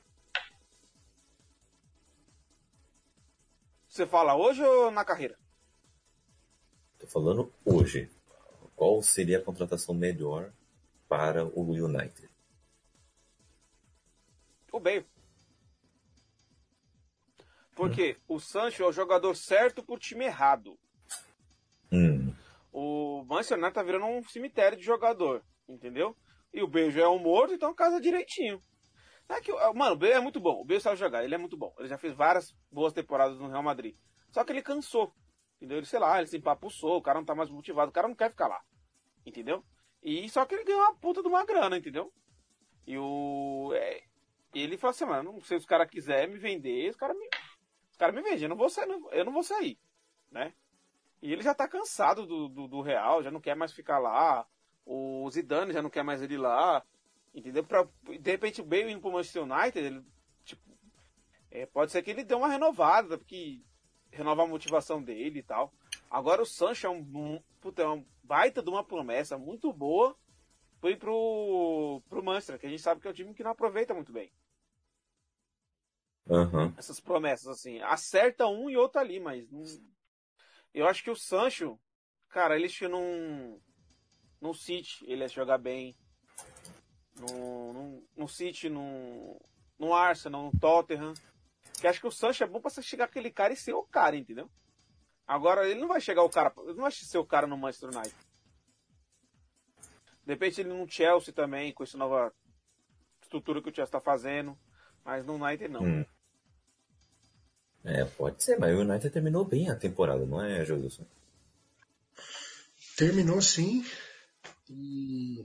Você fala hoje ou na carreira? Tô falando hoje. Qual seria a contratação melhor para o United? O Bale. Porque hum. o Sancho é o jogador certo pro time errado. Hum. O Manchester United tá virando um cemitério de jogador, entendeu? E o Bale já é um morto, então casa direitinho. É que, mano, o Bale é muito bom. O Bale sabe jogar, ele é muito bom. Ele já fez várias boas temporadas no Real Madrid. Só que ele cansou, entendeu? Ele, sei lá, ele se empapuçou, o cara não tá mais motivado, o cara não quer ficar lá, entendeu? E só que ele ganhou uma puta de uma grana, entendeu? E o... É, ele falou assim, mano, não sei se os caras quiserem me vender, os caras me... Os caras me vendem, eu não vou sair, eu não vou sair, né? E ele já tá cansado do, do, do Real, já não quer mais ficar lá. O Zidane já não quer mais ele lá, entendeu? Pra, de repente o Bale indo pro Manchester United, ele, tipo, é, pode ser que ele dê uma renovada, porque renova a motivação dele e tal. Agora o Sancho é um, um, puta, é um baita de uma promessa muito boa para ir pro, pro Manchester, que a gente sabe que é um time que não aproveita muito bem. Uhum. Essas promessas, assim, acerta um e outro ali, mas não... Eu acho que o Sancho, cara, ele acho que não... No City ele ia jogar bem. No, no, no City, no, no Arsenal, no Tottenham. Que acho que o Sancho é bom pra você chegar aquele cara e ser o cara, entendeu? Agora ele não vai chegar o cara. Ele não vai ser o cara no Manchester United. De repente ele no Chelsea também, com essa nova estrutura que o Chelsea tá fazendo. Mas no United não. Hum. É, pode ser, mas o United terminou bem a temporada, não é, Jodilson? Terminou sim. E...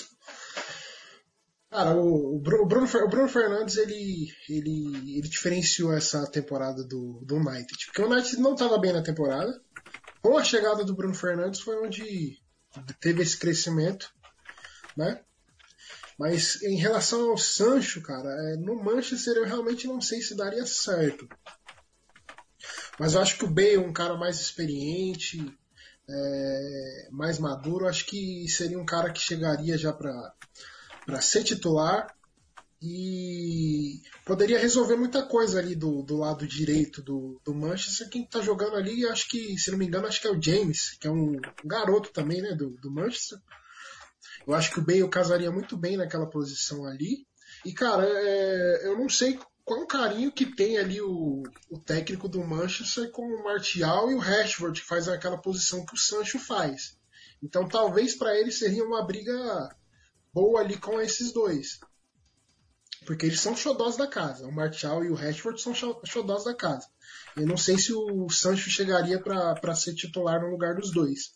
Cara, o, o, Bruno, o Bruno Fernandes, ele, ele, ele diferenciou essa temporada do, do United. Porque o United não estava bem na temporada. Com a chegada do Bruno Fernandes foi onde teve esse crescimento, né? Mas em relação ao Sancho, cara, é, no Manchester eu realmente não sei se daria certo. Mas eu acho que o Bale é um cara mais experiente, é, mais maduro. Eu acho que seria um cara que chegaria já para ser titular e poderia resolver muita coisa ali do, do lado direito do, do Manchester. Quem tá jogando ali, acho que, se não me engano, acho que é o James, que é um garoto também, né, do, do Manchester. Eu acho que o Bale casaria muito bem naquela posição ali. E, cara, é, eu não sei qual carinho que tem ali o, o técnico do Manchester com o Martial e o Rashford, que faz aquela posição que o Sancho faz. Então, talvez para ele seria uma briga boa ali com esses dois. Porque eles são xodós da casa. O Martial e o Rashford são xodós da casa. Eu não sei se o Sancho chegaria para ser titular no lugar dos dois.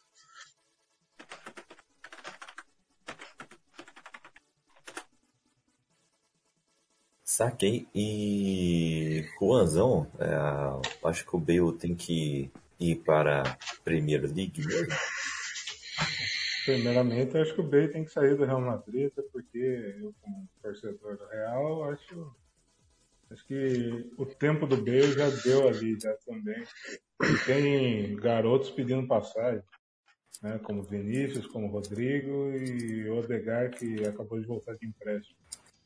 Saquei. E Juanzão, é, acho que o Bale tem que ir para a Premier League mesmo. Primeiramente, acho que o Bale tem que sair do Real Madrid, até porque eu, como torcedor do Real, acho, acho que o tempo do Bale já deu ali, já também. E tem garotos pedindo passagem, né, como Vinícius, como Rodrigo e Odegaard, que acabou de voltar de empréstimo.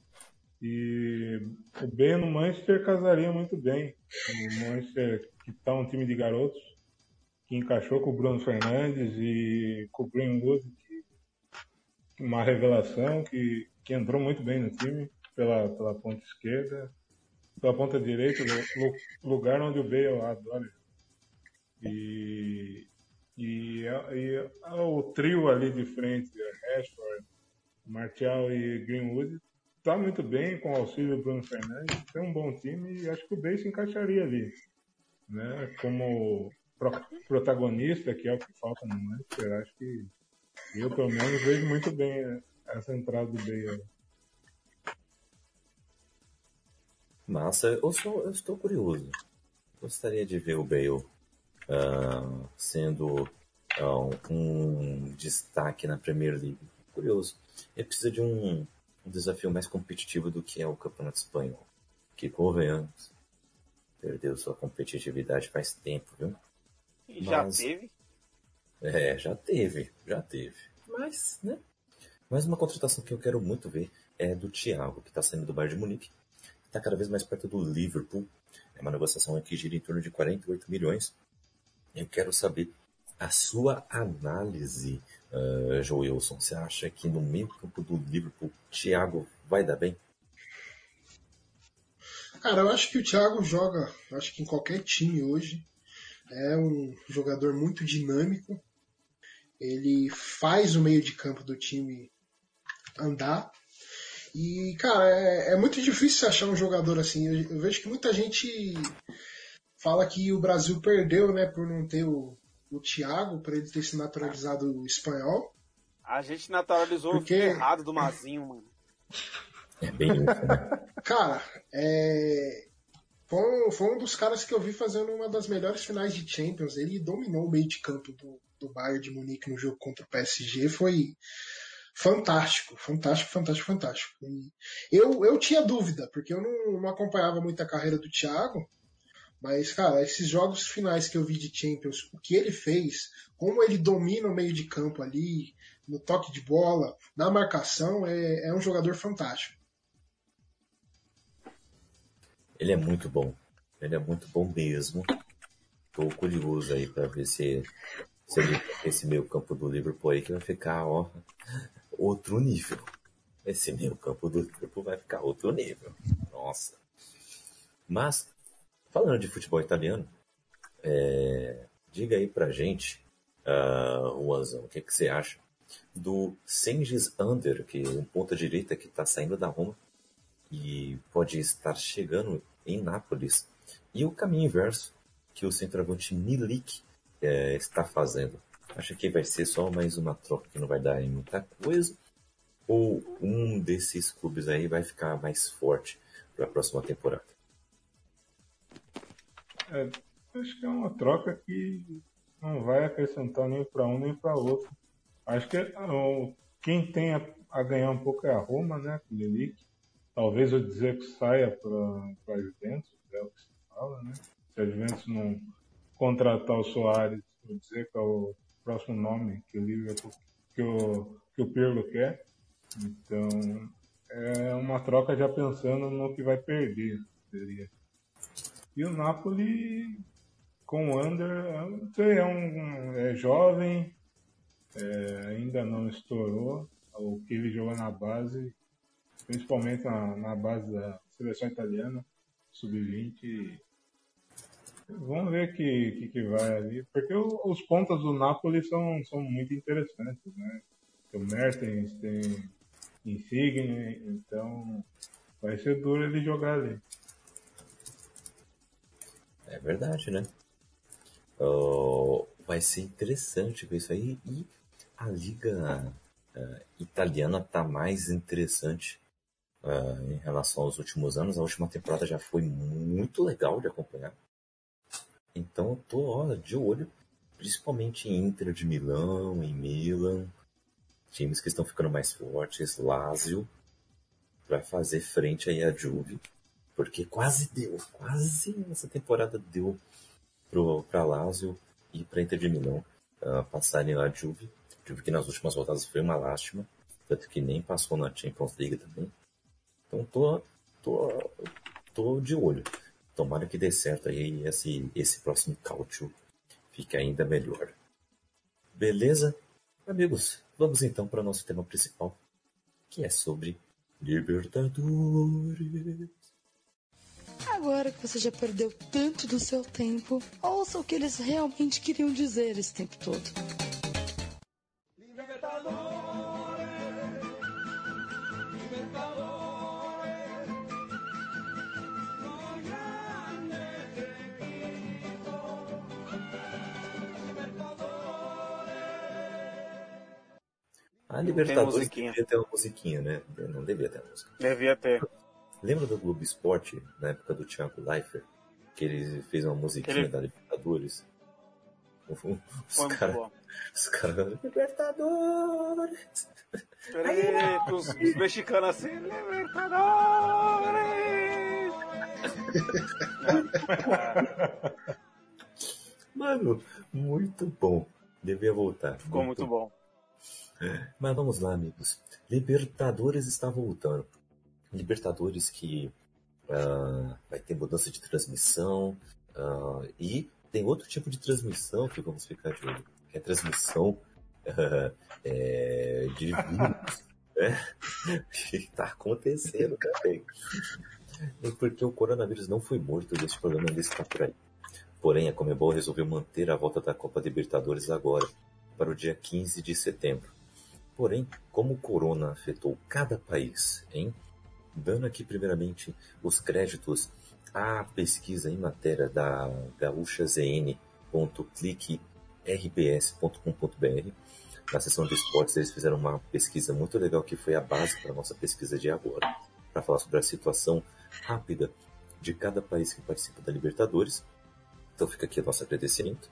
E o Bale no Manchester casaria muito bem. O Manchester, que está um time de garotos, que encaixou com o Bruno Fernandes e com o Greenwood, que, uma revelação, que, que entrou muito bem no time, pela, pela ponta esquerda, pela ponta direita, no lugar onde o Bale adora. E, e, e o trio ali de frente, Rashford, Martial e Greenwood, está muito bem com o auxílio do Bruno Fernandes, tem um bom time e acho que o Bale se encaixaria ali, né? Como pro, protagonista, que é o que falta no Manchester. Acho que eu, pelo menos, vejo muito bem essa entrada do Bale. Massa, eu, sou, eu estou curioso. Gostaria de ver o Bale uh, sendo uh, um destaque na Premier League. Curioso. Ele precisa de um um desafio mais competitivo do que é o Campeonato Espanhol, que, convenhamos, perdeu sua competitividade faz tempo, viu? E já Mas, teve? É, já teve, já teve. Mas, né? Mas uma contratação que eu quero muito ver é do Thiago, que está saindo do Bayern de Munique, está cada vez mais perto do Liverpool. É uma negociação que gira em torno de quarenta e oito milhões. Eu quero saber a sua análise, uh, Joelson. Você acha que no meio campo do Liverpool, Thiago vai dar bem? Cara, eu acho que o Thiago joga, acho que em qualquer time hoje. É um jogador muito dinâmico. Ele faz o meio de campo do time andar. E, cara, é, é muito difícil achar um jogador assim. Eu, eu vejo que muita gente fala que o Brasil perdeu, né, por não ter o o Thiago, para ele ter se naturalizado espanhol. A gente naturalizou Porque... o errado do Mazinho, mano. É bem isso, né? Cara, é... foi, um, foi um dos caras que eu vi fazendo uma das melhores finais de Champions. Ele dominou o meio de campo do, do Bayern de Munique no jogo contra o P S G. Foi fantástico, fantástico, fantástico, fantástico. E eu, eu tinha dúvida, porque eu não, não acompanhava muito a carreira do Thiago. Mas, cara, esses jogos finais que eu vi de Champions, o que ele fez, como ele domina o meio de campo ali, no toque de bola, na marcação, é, é um jogador fantástico. Ele é muito bom. Ele é muito bom mesmo. Tô curioso aí pra ver se, se ele, esse meio campo do Liverpool aí que vai ficar, ó, outro nível. Esse meio campo do Liverpool vai ficar outro nível. Nossa. Mas, falando de futebol italiano, é, diga aí pra gente, uh, Juanzão, o que, que você acha do Cengiz Under, que é um ponta-direita que está saindo da Roma e pode estar chegando em Nápoles, e o caminho inverso que o centroavante Milik é, está fazendo. Acha que vai ser só mais uma troca que não vai dar em muita coisa? Ou um desses clubes aí vai ficar mais forte para a próxima temporada? É, acho que é uma troca que não vai acrescentar nem para um nem para outro. Acho que ó, quem tem a, a ganhar um pouco é a Roma, né? Com o Milik. Talvez o Dzeko saia para a Juventus, é o que se fala, né? Se a Juventus não contratar o Soares, o Dzeko é o próximo nome que o Liverpool, que o, que o Pirlo quer. Então, é uma troca já pensando no que vai perder, seria. E o Napoli, com o Under, não sei, é, um, é jovem, é, ainda não estourou. O que ele jogou na base, principalmente na, na base da seleção italiana, sub vinte. Vamos ver o que, que, que vai ali, porque o, os pontas do Napoli são, são muito interessantes, né? Tem o Mertens, tem Insigne, então vai ser duro ele jogar ali. É verdade, né? Uh, vai ser interessante ver isso aí. E a liga uh, italiana tá mais interessante uh, em relação aos últimos anos. A última temporada já foi muito legal de acompanhar. Então eu tô ó, de olho, principalmente em Inter de Milão, em Milan, times que estão ficando mais fortes, Lazio, para fazer frente aí a Juve. Porque quase deu, quase essa temporada deu para Lazio e para Inter de Milão uh, passarem lá a Juve. Juve que nas últimas rodadas foi uma lástima, tanto que nem passou na Champions League também. Então tô, tô, tô de olho. Tomara que dê certo aí e esse, esse próximo cálcio fique ainda melhor. Beleza? Amigos, vamos então para o nosso tema principal, que é sobre Libertadores. Agora que você já perdeu tanto do seu tempo, ouça o que eles realmente queriam dizer esse tempo todo. A Libertadores devia ter uma musiquinha, né? Não devia ter uma música. Devia ter. Lembra do Globo Esporte, na época do Thiago Leifert, que ele fez uma musiquinha ele... da Libertadores? Os caras... Os caras... Libertadores! Peraí, os, os mexicanos assim... Libertadores! Mano, muito bom. Devia voltar. Ficou muito, muito bom. Mas vamos lá, amigos. Libertadores está voltando. Libertadores que uh, vai ter mudança de transmissão uh, e tem outro tipo de transmissão que vamos ficar de olho. Que é a transmissão uh, é, de vírus. Né? Que está acontecendo também. E porque o coronavírus não foi morto e esse problema ainda está por aí. Porém, a Conmebol resolveu manter a volta da Copa Libertadores agora, para o dia quinze de setembro. Porém, como o corona afetou cada país, hein? Dando aqui primeiramente os créditos à pesquisa em matéria da gaúcha z n ponto clique r b s ponto com ponto b r. Na seção de esportes eles fizeram uma pesquisa muito legal que foi a base para a nossa pesquisa de agora, para falar sobre a situação rápida de cada país que participa da Libertadores. Então fica aqui o nosso agradecimento.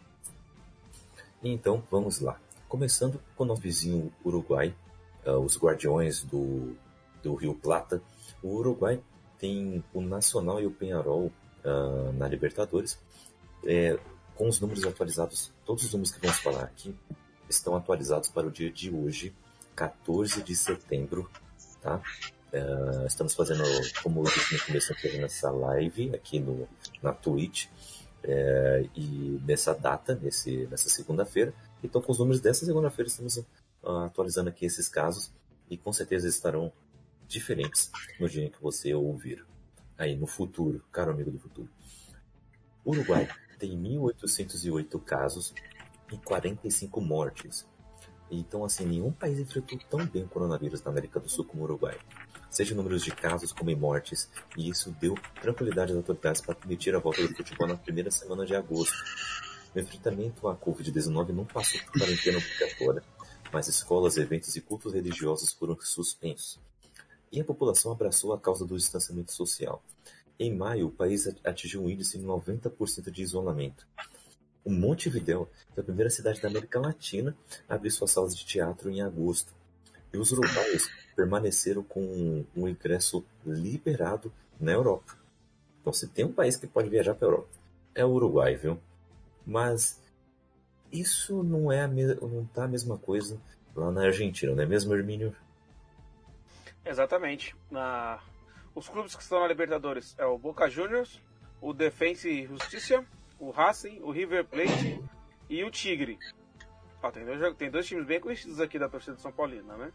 E então vamos lá. Começando com o nosso vizinho Uruguai, uh, os Guardiões do, do Rio Plata. O Uruguai tem o Nacional e o Peñarol uh, na Libertadores, é, com os números atualizados. Todos os números que vamos falar aqui estão atualizados para o dia de hoje, quatorze de setembro. Tá? Uh, estamos fazendo, como eu disse no começo, fazendo essa live aqui no, na Twitch, é, e nessa data, nesse, nessa segunda-feira. Então, com os números dessa segunda-feira, estamos uh, atualizando aqui esses casos e com certeza estarão diferentes no dia em que você ouvir. Aí, no futuro, caro amigo do futuro. Uruguai tem mil oitocentos e oito casos e quarenta e cinco mortes. Então, assim, nenhum país enfrentou tão bem o coronavírus na América do Sul como o Uruguai. Seja em números de casos como em mortes, e isso deu tranquilidade às autoridades para permitir a volta do futebol na primeira semana de agosto. O enfrentamento à covid dezenove não passou por quarentena obrigatória, mas escolas, eventos e cultos religiosos foram suspensos. E a população abraçou a causa do distanciamento social. Em maio, o país atingiu um índice de noventa por cento de isolamento. O Montevidéu foi a primeira cidade da América Latina a abrir suas salas de teatro em agosto. E os uruguaios permaneceram com um ingresso liberado na Europa. Então, se tem um país que pode viajar para a Europa, é o Uruguai, viu? Mas isso não é a me... não tá a mesma coisa lá na Argentina, não é mesmo, Hermínio? Exatamente. Na... Os clubes que estão na Libertadores é o Boca Juniors, o Defensa e Justiça, o Racing, o River Plate e o Tigre. Ó, tem, dois, tem dois times bem conhecidos aqui da torcida de São Paulina, né?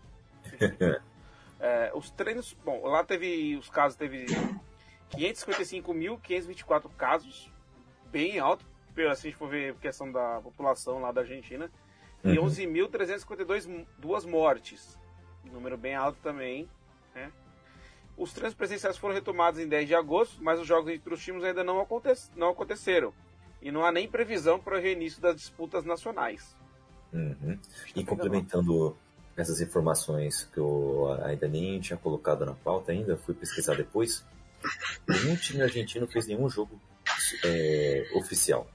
é, os treinos... Bom, lá teve... Os casos teve quinhentos e cinquenta e cinco mil quinhentos e vinte e quatro casos, bem alto, se a gente for ver a questão da população lá da Argentina, e Uhum. onze mil trezentos e cinquenta e dois duas mortes. Número bem alto também, né? Os treinos presenciais foram retomados em dez de agosto, mas os jogos entre os times ainda não, aconte não aconteceram. E não há nem previsão para o reinício das disputas nacionais. Uhum. E complementando essas informações que eu ainda nem tinha colocado na pauta ainda, fui pesquisar depois, nenhum time argentino fez nenhum jogo é, oficial.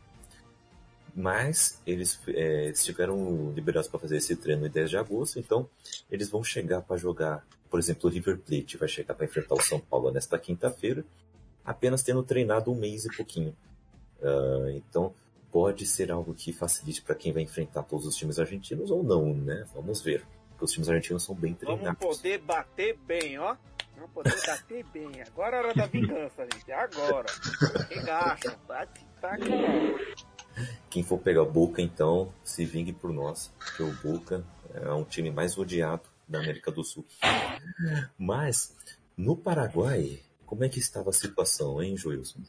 Mas eles é, estiveram liberados para fazer esse treino em dez de agosto, então eles vão chegar para jogar, por exemplo, o River Plate vai chegar para enfrentar o São Paulo nesta quinta-feira, apenas tendo treinado um mês e pouquinho. Uh, então pode ser algo que facilite para quem vai enfrentar todos os times argentinos ou não, né? Vamos ver, porque os times argentinos são bem treinados. Vamos poder bater bem, ó. Vamos poder bater bem. Agora é a hora da vingança, gente. Agora. Regaça. Bate, taca. Quem for pegar o Boca, então, se vingue por nós, porque o Boca é um time mais odiado da América do Sul. Mas, no Paraguai, como é que estava a situação, hein, Joilson?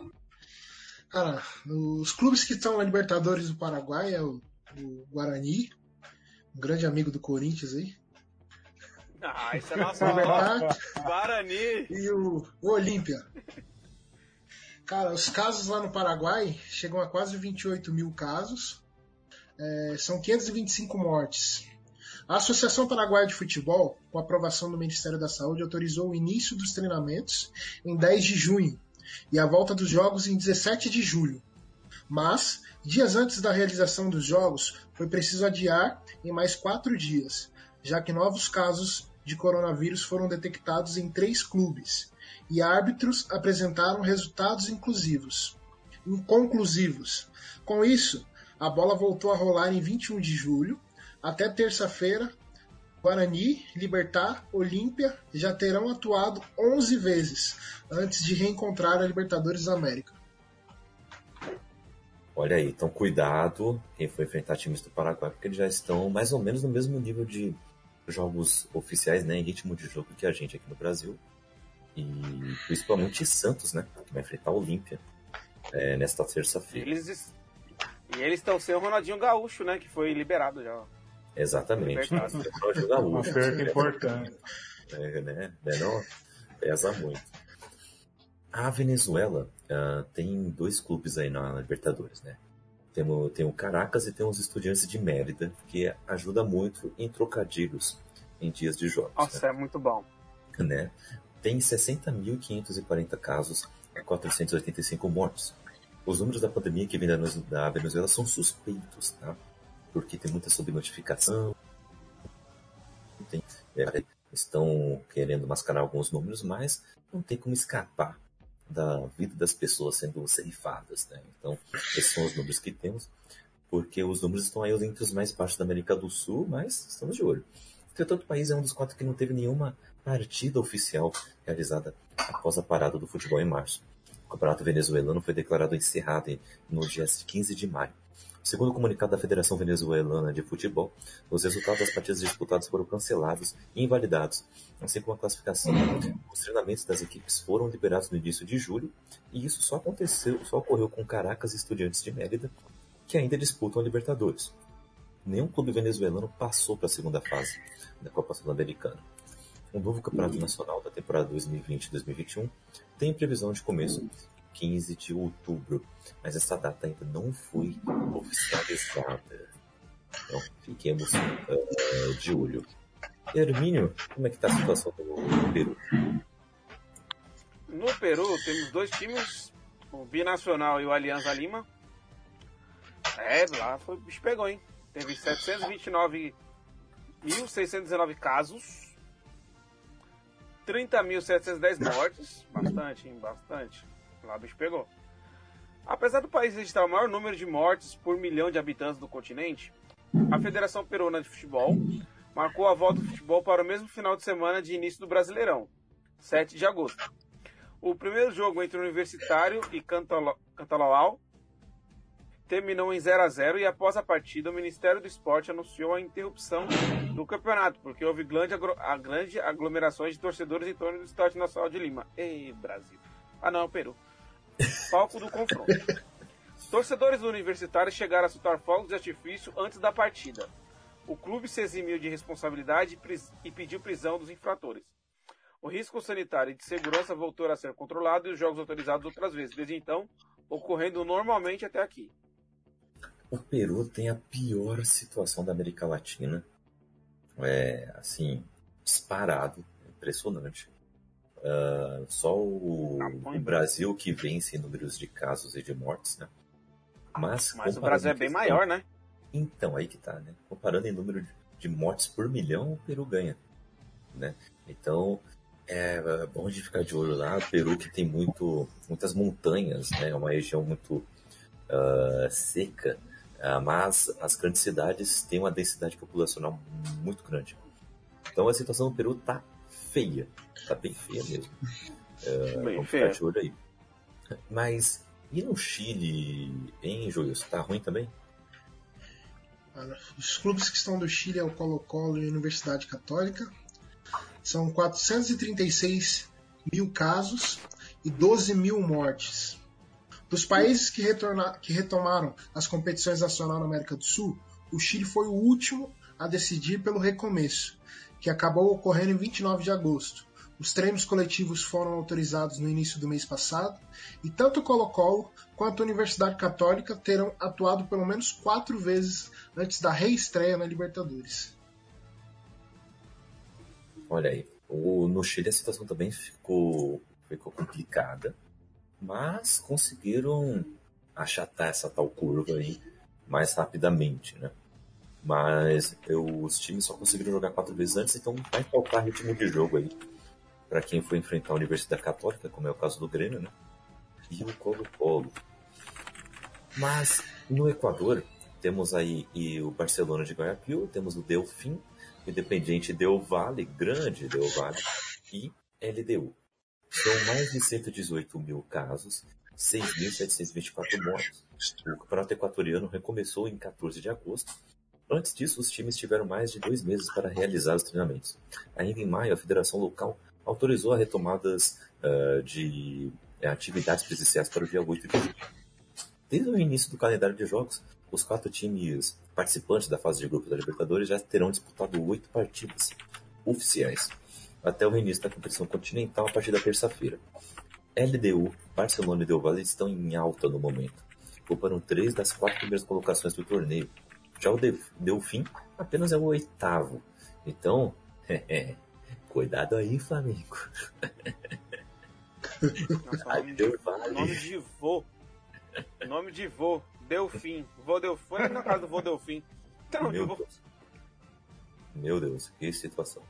Cara, os clubes que estão na Libertadores do Paraguai é o, o Guarani, um grande amigo do Corinthians aí. Ah, isso é nosso Guarani. E o, o Olímpia. Cara, os casos lá no Paraguai chegam a quase vinte e oito mil casos. É, são quinhentas e vinte e cinco mortes. A Associação Paraguaia de Futebol, com aprovação do Ministério da Saúde, autorizou o início dos treinamentos em dez de junho e a volta dos jogos em dezessete de julho. Mas, dias antes da realização dos jogos, foi preciso adiar em mais quatro dias, já que novos casos de coronavírus foram detectados em três clubes e árbitros apresentaram resultados inclusivos, inconclusivos. Com isso, a bola voltou a rolar em vinte e um de julho. Até terça-feira, Guarani, Libertad, Olímpia já terão atuado onze vezes antes de reencontrar a Libertadores da América. Olha aí, então cuidado quem for enfrentar times do Paraguai, porque eles já estão mais ou menos no mesmo nível de jogos oficiais, né, em ritmo de jogo que a gente aqui no Brasil. E principalmente Santos, né, que vai enfrentar a Olímpia é, nesta terça-feira. Eles, e eles estão sem o Ronaldinho Gaúcho, né, que foi liberado já. Exatamente. O Gaúcho, uma perda importante. É, né, né, não pesa muito. A Venezuela uh, tem dois clubes aí na Libertadores, né? Tem o, tem o Caracas e tem os Estudiantes de Mérida, que ajuda muito em trocadilhos em dias de jogos. Nossa, né? É muito bom. Né? Tem sessenta mil quinhentos e quarenta casos e quatrocentos e oitenta e cinco mortos. Os números da pandemia que vem da, da Venezuela são suspeitos, tá? Porque tem muita subnotificação. Tem, é, estão querendo mascarar alguns números, mas não tem como escapar da vida das pessoas sendo ceifadas, né? Então, esses são os números que temos, porque os números estão aí entre os mais baixos da América do Sul, mas estamos de olho. Entretanto, o país é um dos quatro que não teve nenhuma partida oficial realizada após a parada do futebol em março. O campeonato venezuelano foi declarado encerrado no dia quinze de maio. Segundo o comunicado da Federação Venezuelana de Futebol, os resultados das partidas disputadas foram cancelados e invalidados, assim como a classificação. Os treinamentos das equipes foram liberados no início de julho, e isso só aconteceu, só ocorreu com Caracas e Estudiantes de Mérida, que ainda disputam a Libertadores. Nenhum clube venezuelano passou para a segunda fase da Copa Sul-Americana. O novo campeonato nacional da temporada dois mil e vinte dois mil e vinte e um tem previsão de começo quinze de outubro, mas essa data ainda não foi oficializada. Então, fiquemos uh, de olho. Hermínio, como é que está a situação no Peru? No Peru, temos dois times, o Binacional e o Alianza Lima. É, lá foi, o bicho pegou, hein? Teve setecentos e vinte e nove mil seiscentos e dezenove casos, trinta mil setecentos e dez mortes, bastante, hein? Bastante. Lá o bicho pegou. Apesar do país registrar o maior número de mortes por milhão de habitantes do continente, a Federação Peruana de Futebol marcou a volta do futebol para o mesmo final de semana de início do Brasileirão, sete de agosto. O primeiro jogo entre o Universitário e Cantalaual terminou em zero a zero e após a partida o Ministério do Esporte anunciou a interrupção do campeonato, porque houve grande, agro- a grande aglomerações de torcedores em torno do Estádio Nacional de Lima. Ei, Brasil. Ah não, Peru. Palco do confronto. Torcedores do Universitário chegaram a soltar fogos de artifício antes da partida. O clube se eximiu de responsabilidade e, pris- e pediu prisão dos infratores. O risco sanitário e de segurança voltou a ser controlado e os jogos autorizados outras vezes, desde então, ocorrendo normalmente até aqui. O Peru tem a pior situação da América Latina. É, assim, disparado, impressionante. Uh, só o, o Brasil que vence em números de casos e de mortes, né? Mas, Mas o Brasil é bem questão, maior, né? Então, aí que tá, né? Comparando em número de, de mortes por milhão, o Peru ganha, né? Então, é bom de ficar de olho lá. O Peru que tem muito, muitas montanhas, né? É uma região muito uh, seca, uh, mas as grandes cidades têm uma densidade populacional muito grande. Então, a situação do Peru tá feia. Tá bem feia mesmo. Uh, bem vamos feia. ficar de olho aí. Mas, e no Chile, hein, Júlio? Tá ruim também? Os clubes que estão do Chile é o Colo-Colo e a Universidade Católica. São quatrocentos e trinta e seis mil casos e doze mil mortes. Dos países que, retorna, que retomaram as competições nacionais na América do Sul, o Chile foi o último a decidir pelo recomeço, que acabou ocorrendo em vinte e nove de agosto. Os treinos coletivos foram autorizados no início do mês passado e tanto o Colo-Colo quanto a Universidade Católica terão atuado pelo menos quatro vezes antes da reestreia na Libertadores. Olha aí, o, no Chile a situação também ficou, ficou complicada, mas conseguiram achatar essa tal curva aí mais rapidamente, né? Mas eu, os times só conseguiram jogar quatro vezes antes, então vai faltar ritmo de jogo aí para quem for enfrentar a Universidade Católica, como é o caso do Grêmio, né? E o Colo-Colo. Mas no Equador temos aí e o Barcelona de Guayaquil, temos o Delfim, o Independiente Del Valle, grande Del Valle, e L D U. São mais de cento e dezoito mil casos, seis mil setecentos e vinte e quatro mortes. O campeonato equatoriano recomeçou em quatorze de agosto. Antes disso, os times tiveram mais de dois meses para realizar os treinamentos. Ainda em maio, a federação local autorizou a retomadas uh, de uh, atividades presenciais para o dia oito de julho. Desde o início do calendário de jogos, os quatro times participantes da fase de grupos da Libertadores já terão disputado oito partidas oficiais, até o início da competição continental a partir da terça-feira. L D U, Barcelona e Del Valle estão em alta no momento, ocupando três das quatro primeiras colocações do torneio. Já o Delfim apenas é o oitavo. Então, cuidado aí, Flamengo. Nossa, nome, de, nome de vô. Nome de vô. Delfim. Vô Delfim. Foi na casa do vô Delfim. Então, Meu vô. Deus. Meu Deus, que situação.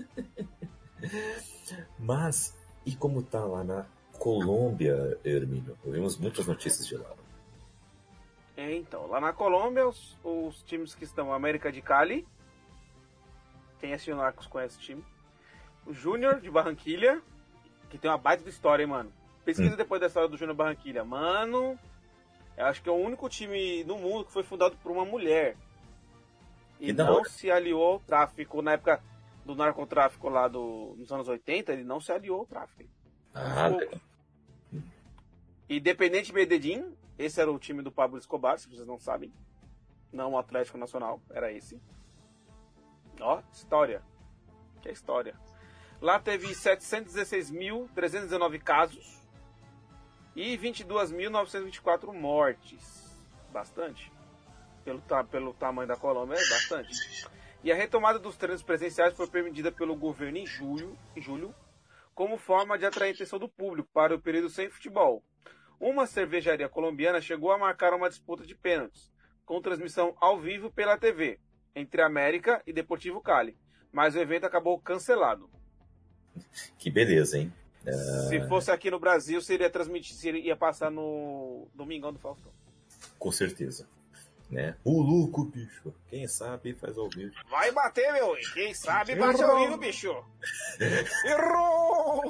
Mas, e como tá lá na Colômbia, Hermínio? Ouvimos muitas notícias de lá. É, então, lá na Colômbia, os, os times que estão, América de Cali, quem assistiu Narcos conhece o time, o Júnior de Barranquilha, que tem uma baita de história, hein, mano. Pesquisa hum. depois da história do Júnior Barranquilha. Mano, eu acho que é o único time no mundo que foi fundado por uma mulher. E não hora. se aliou ao tráfico. Na época do narcotráfico lá do, nos anos oitenta, ele não se aliou ao tráfico. Ah, Independente Medellín, esse era o time do Pablo Escobar, se vocês não sabem. Não o Atlético Nacional, era esse. Ó, história. Que é história. Lá teve setecentos e dezesseis mil trezentos e dezenove casos e vinte e dois mil novecentos e vinte e quatro mortes. Bastante. Pelo, pelo tamanho da Colômbia, é bastante. E a retomada dos treinos presenciais foi permitida pelo governo em julho, em julho como forma de atrair a atenção do público para o período sem futebol. Uma cervejaria colombiana chegou a marcar uma disputa de pênaltis, com transmissão ao vivo pela T V. entre América e Deportivo Cali. Mas o evento acabou cancelado. Que beleza, hein? Se fosse aqui no Brasil, seria transmitido, seria, ia passar no Domingão do Faustão. Com certeza. Né? O louco, bicho. Quem sabe faz ao vivo. Vai bater, meu. Quem sabe bate ao vivo, bicho. Errou!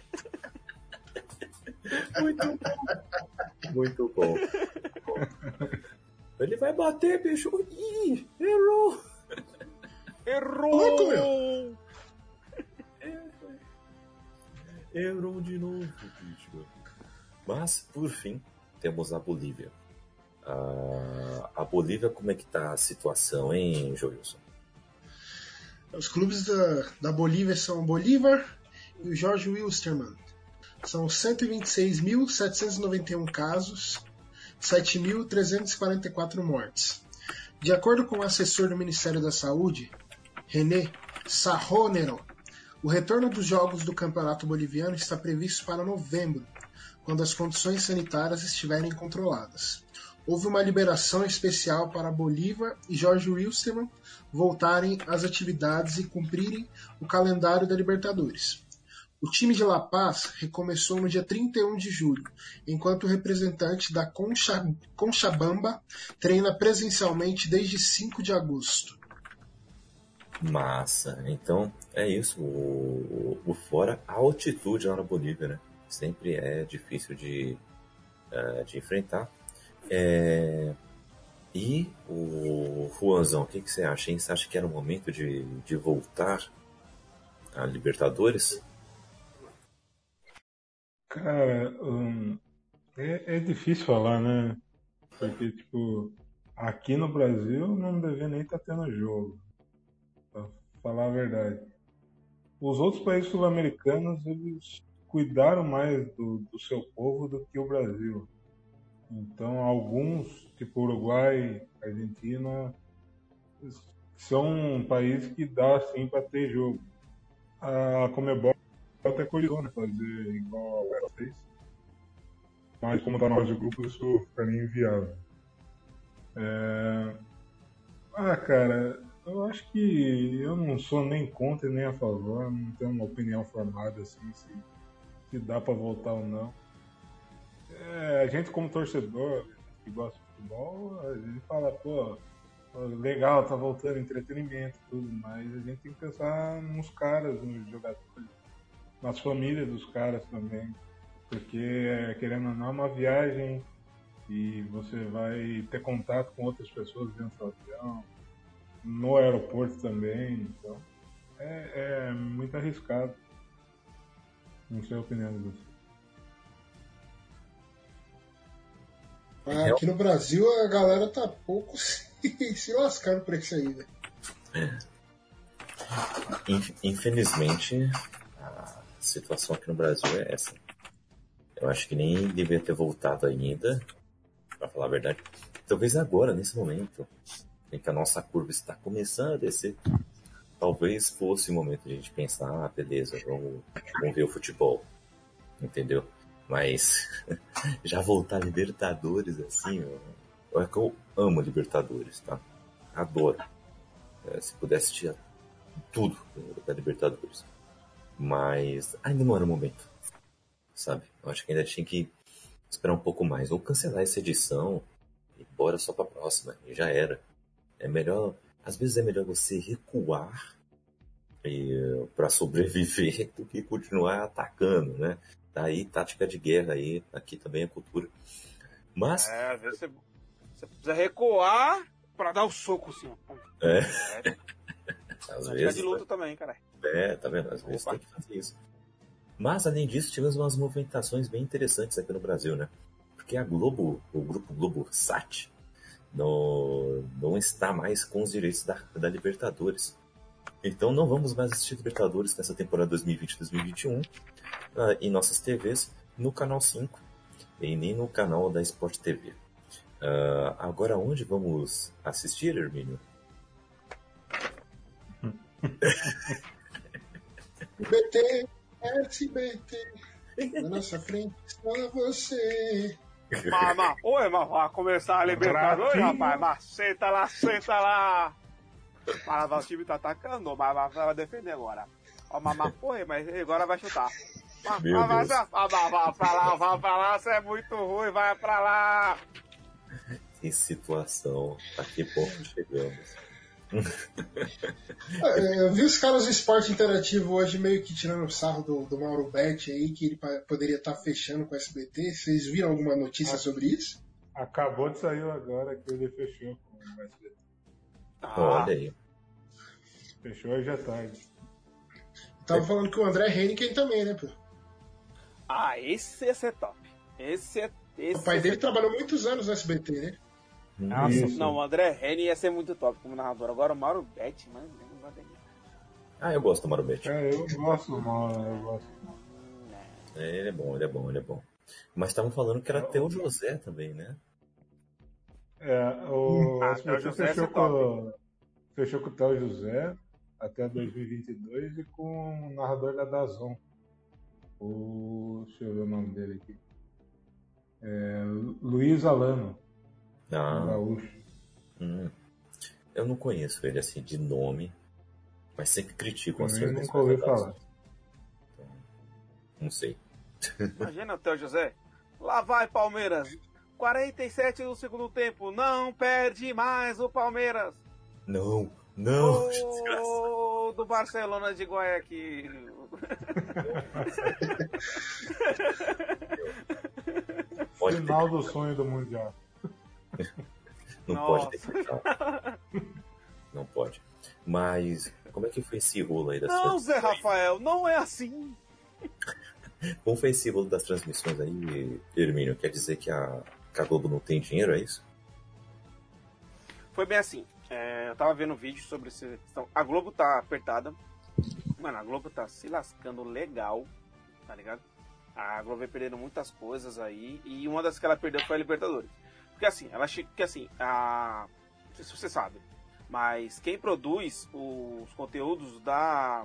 Muito bom. Muito bom. Ele vai bater, bicho. Ih, errou. Errou! Louco, meu. Errou de novo, bicho. Mas, por fim, temos a Bolívia. A, a Bolívia, como é que tá a situação, hein, Joilson? Os clubes da, da Bolívia são o Bolívar e o Jorge Wilstermann. São cento e vinte e seis mil setecentos e noventa e um casos, sete mil trezentos e quarenta e quatro mortes. De acordo com o assessor do Ministério da Saúde, René Sarronero, o retorno dos jogos do Campeonato Boliviano está previsto para novembro, quando as condições sanitárias estiverem controladas. Houve uma liberação especial para Bolívar e Jorge Wilstermann voltarem às atividades e cumprirem o calendário da Libertadores. O time de La Paz recomeçou no dia trinta e um de julho, enquanto o representante da Concha, Conchabamba treina presencialmente desde cinco de agosto. Massa. Então, é isso. O, o fora a altitude lá na Bolívia, né? Sempre é difícil de, uh, de enfrentar. É... E o Juanzão, o que, que você acha, hein? Você acha que era o momento de, de voltar a Libertadores? Cara, um, é, é difícil falar, né? Porque, tipo, aqui no Brasil não devia nem estar tendo jogo, pra falar a verdade. Os outros países sul-americanos, eles cuidaram mais do, do seu povo do que o Brasil. Então, alguns, tipo Uruguai, Argentina, são países que dá, sim, para ter jogo. A Conmebol até colisão, né? Fazer igual a UEFA fez. Mas, como tá na fase de grupos, isso ficaria inviável. É... Ah, cara, eu acho que eu não sou nem contra nem a favor, não tenho uma opinião formada assim, se, se dá para voltar ou não. É, a gente como torcedor que gosta de futebol, a gente fala, pô, legal, tá voltando entretenimento e tudo, mas a gente tem que pensar nos caras, nos jogadores, nas famílias dos caras também, porque querendo ou não é uma viagem e você vai ter contato com outras pessoas dentro do avião, no aeroporto também, então é, é muito arriscado. Não sei a opinião de você. Aqui no Brasil a galera tá pouco se, se lascando por isso aí, velho. Infelizmente, a situação aqui no Brasil é essa. Eu acho que nem devia ter voltado ainda, pra falar a verdade. Talvez agora, nesse momento, em que a nossa curva está começando a descer, talvez fosse o momento de a gente pensar, ah, beleza, vamos, vamos ver o futebol, entendeu? Mas já voltar a Libertadores assim, eu, é que eu amo Libertadores, tá? Adoro. É, se pudesse tirar tudo da Libertadores. Mas ainda não era o momento, sabe? Eu acho que ainda tinha que esperar um pouco mais. Ou cancelar essa edição e bora só pra próxima. E já era. É melhor, às vezes é melhor você recuar para sobreviver do que continuar atacando, né? Daí tática de guerra aí, aqui também é cultura. Mas é, às vezes você, você precisa recuar para dar o soco, assim. É. é. Às tática vezes de luta também, cara. É, tá vendo? Às vezes tem que fazer isso. Mas além disso, tivemos umas movimentações bem interessantes aqui no Brasil, né? Porque a Globo, o grupo Globosat, não, não está mais com os direitos da, da Libertadores. Então não vamos mais assistir Libertadores nessa temporada dois mil e vinte dois mil e vinte e um uh, em nossas T Vs, no Canal cinco e nem no canal da Sport T V. Uh, agora onde vamos assistir, Hermínio? B T, S B T, na nossa frente só você. Mas, mas, oi, mas vai começar a Libertadores, rapaz? Mas senta lá, senta lá. Mas o time tá atacando, mas vai, vai defender agora. Ó, mamá, porra, mas agora vai chutar. Mas, Meu vai, Deus. vai, vai, vai, vai pra lá, vai pra lá, você é muito ruim, vai pra lá. Que situação. A que ponto chegamos? É, Eu vi os caras do esporte interativo hoje meio que tirando sarro do, do Mauro Betti aí, que ele pa- poderia estar fechando com o S B T. Vocês viram alguma notícia Ah. sobre isso? Acabou de sair agora que ele fechou com o S B T. Ah, Olha aí. Fechou hoje à tarde. Tava falando que o André Henniken também, né, pô? ah, esse ia ser top. Esse é. Esse O pai ia dele ser trabalhou muitos anos no S B T, né? Nossa, Isso. não, o André Henny ia ser muito top como narrador. Agora o Mauro Betti, mano, eu não gosto dele. Ah, eu gosto do Mauro Betti. É, eu gosto do Mauro, eu gosto do Mauro. É, ele é bom, ele é bom, ele é bom. Mas estavam falando que era até o José também, né? É, o Ah, S B Theo T José ia fechou ser com, fechou com o Theo José até dois mil e vinte e dois e com o narrador da Dazon. O, deixa eu ver o nome dele aqui. É, Luiz Alano, Ah, gaúcho. hum. Eu não conheço ele assim de nome, mas sempre critico as Também transmissões nunca ouvi da falar. Dazon. Então, não sei. Imagina o Theo José. Lá vai, Palmeiras. quarenta e sete do segundo tempo. Não perde mais o Palmeiras. Não, não, desgraçado. Gol do Barcelona de Guayaquil. Pode Final do sonho do Mundial. Não Nossa. pode decretar. Não pode. Mas como é que foi esse rolo aí das Não, transmissões? Zé Rafael, não é assim. Como foi esse rolo das transmissões aí, Hermínio? Quer dizer que a, que a Globo não tem dinheiro, é isso? Foi bem assim. É, eu tava vendo um vídeo sobre essa questão. A Globo tá apertada. Mano, a Globo tá se lascando legal, tá ligado? A Globo vem perdendo muitas coisas aí. E uma das que ela perdeu foi a Libertadores. Porque assim, ela che- porque assim, a. Não sei se você sabe. Mas quem produz os conteúdos da.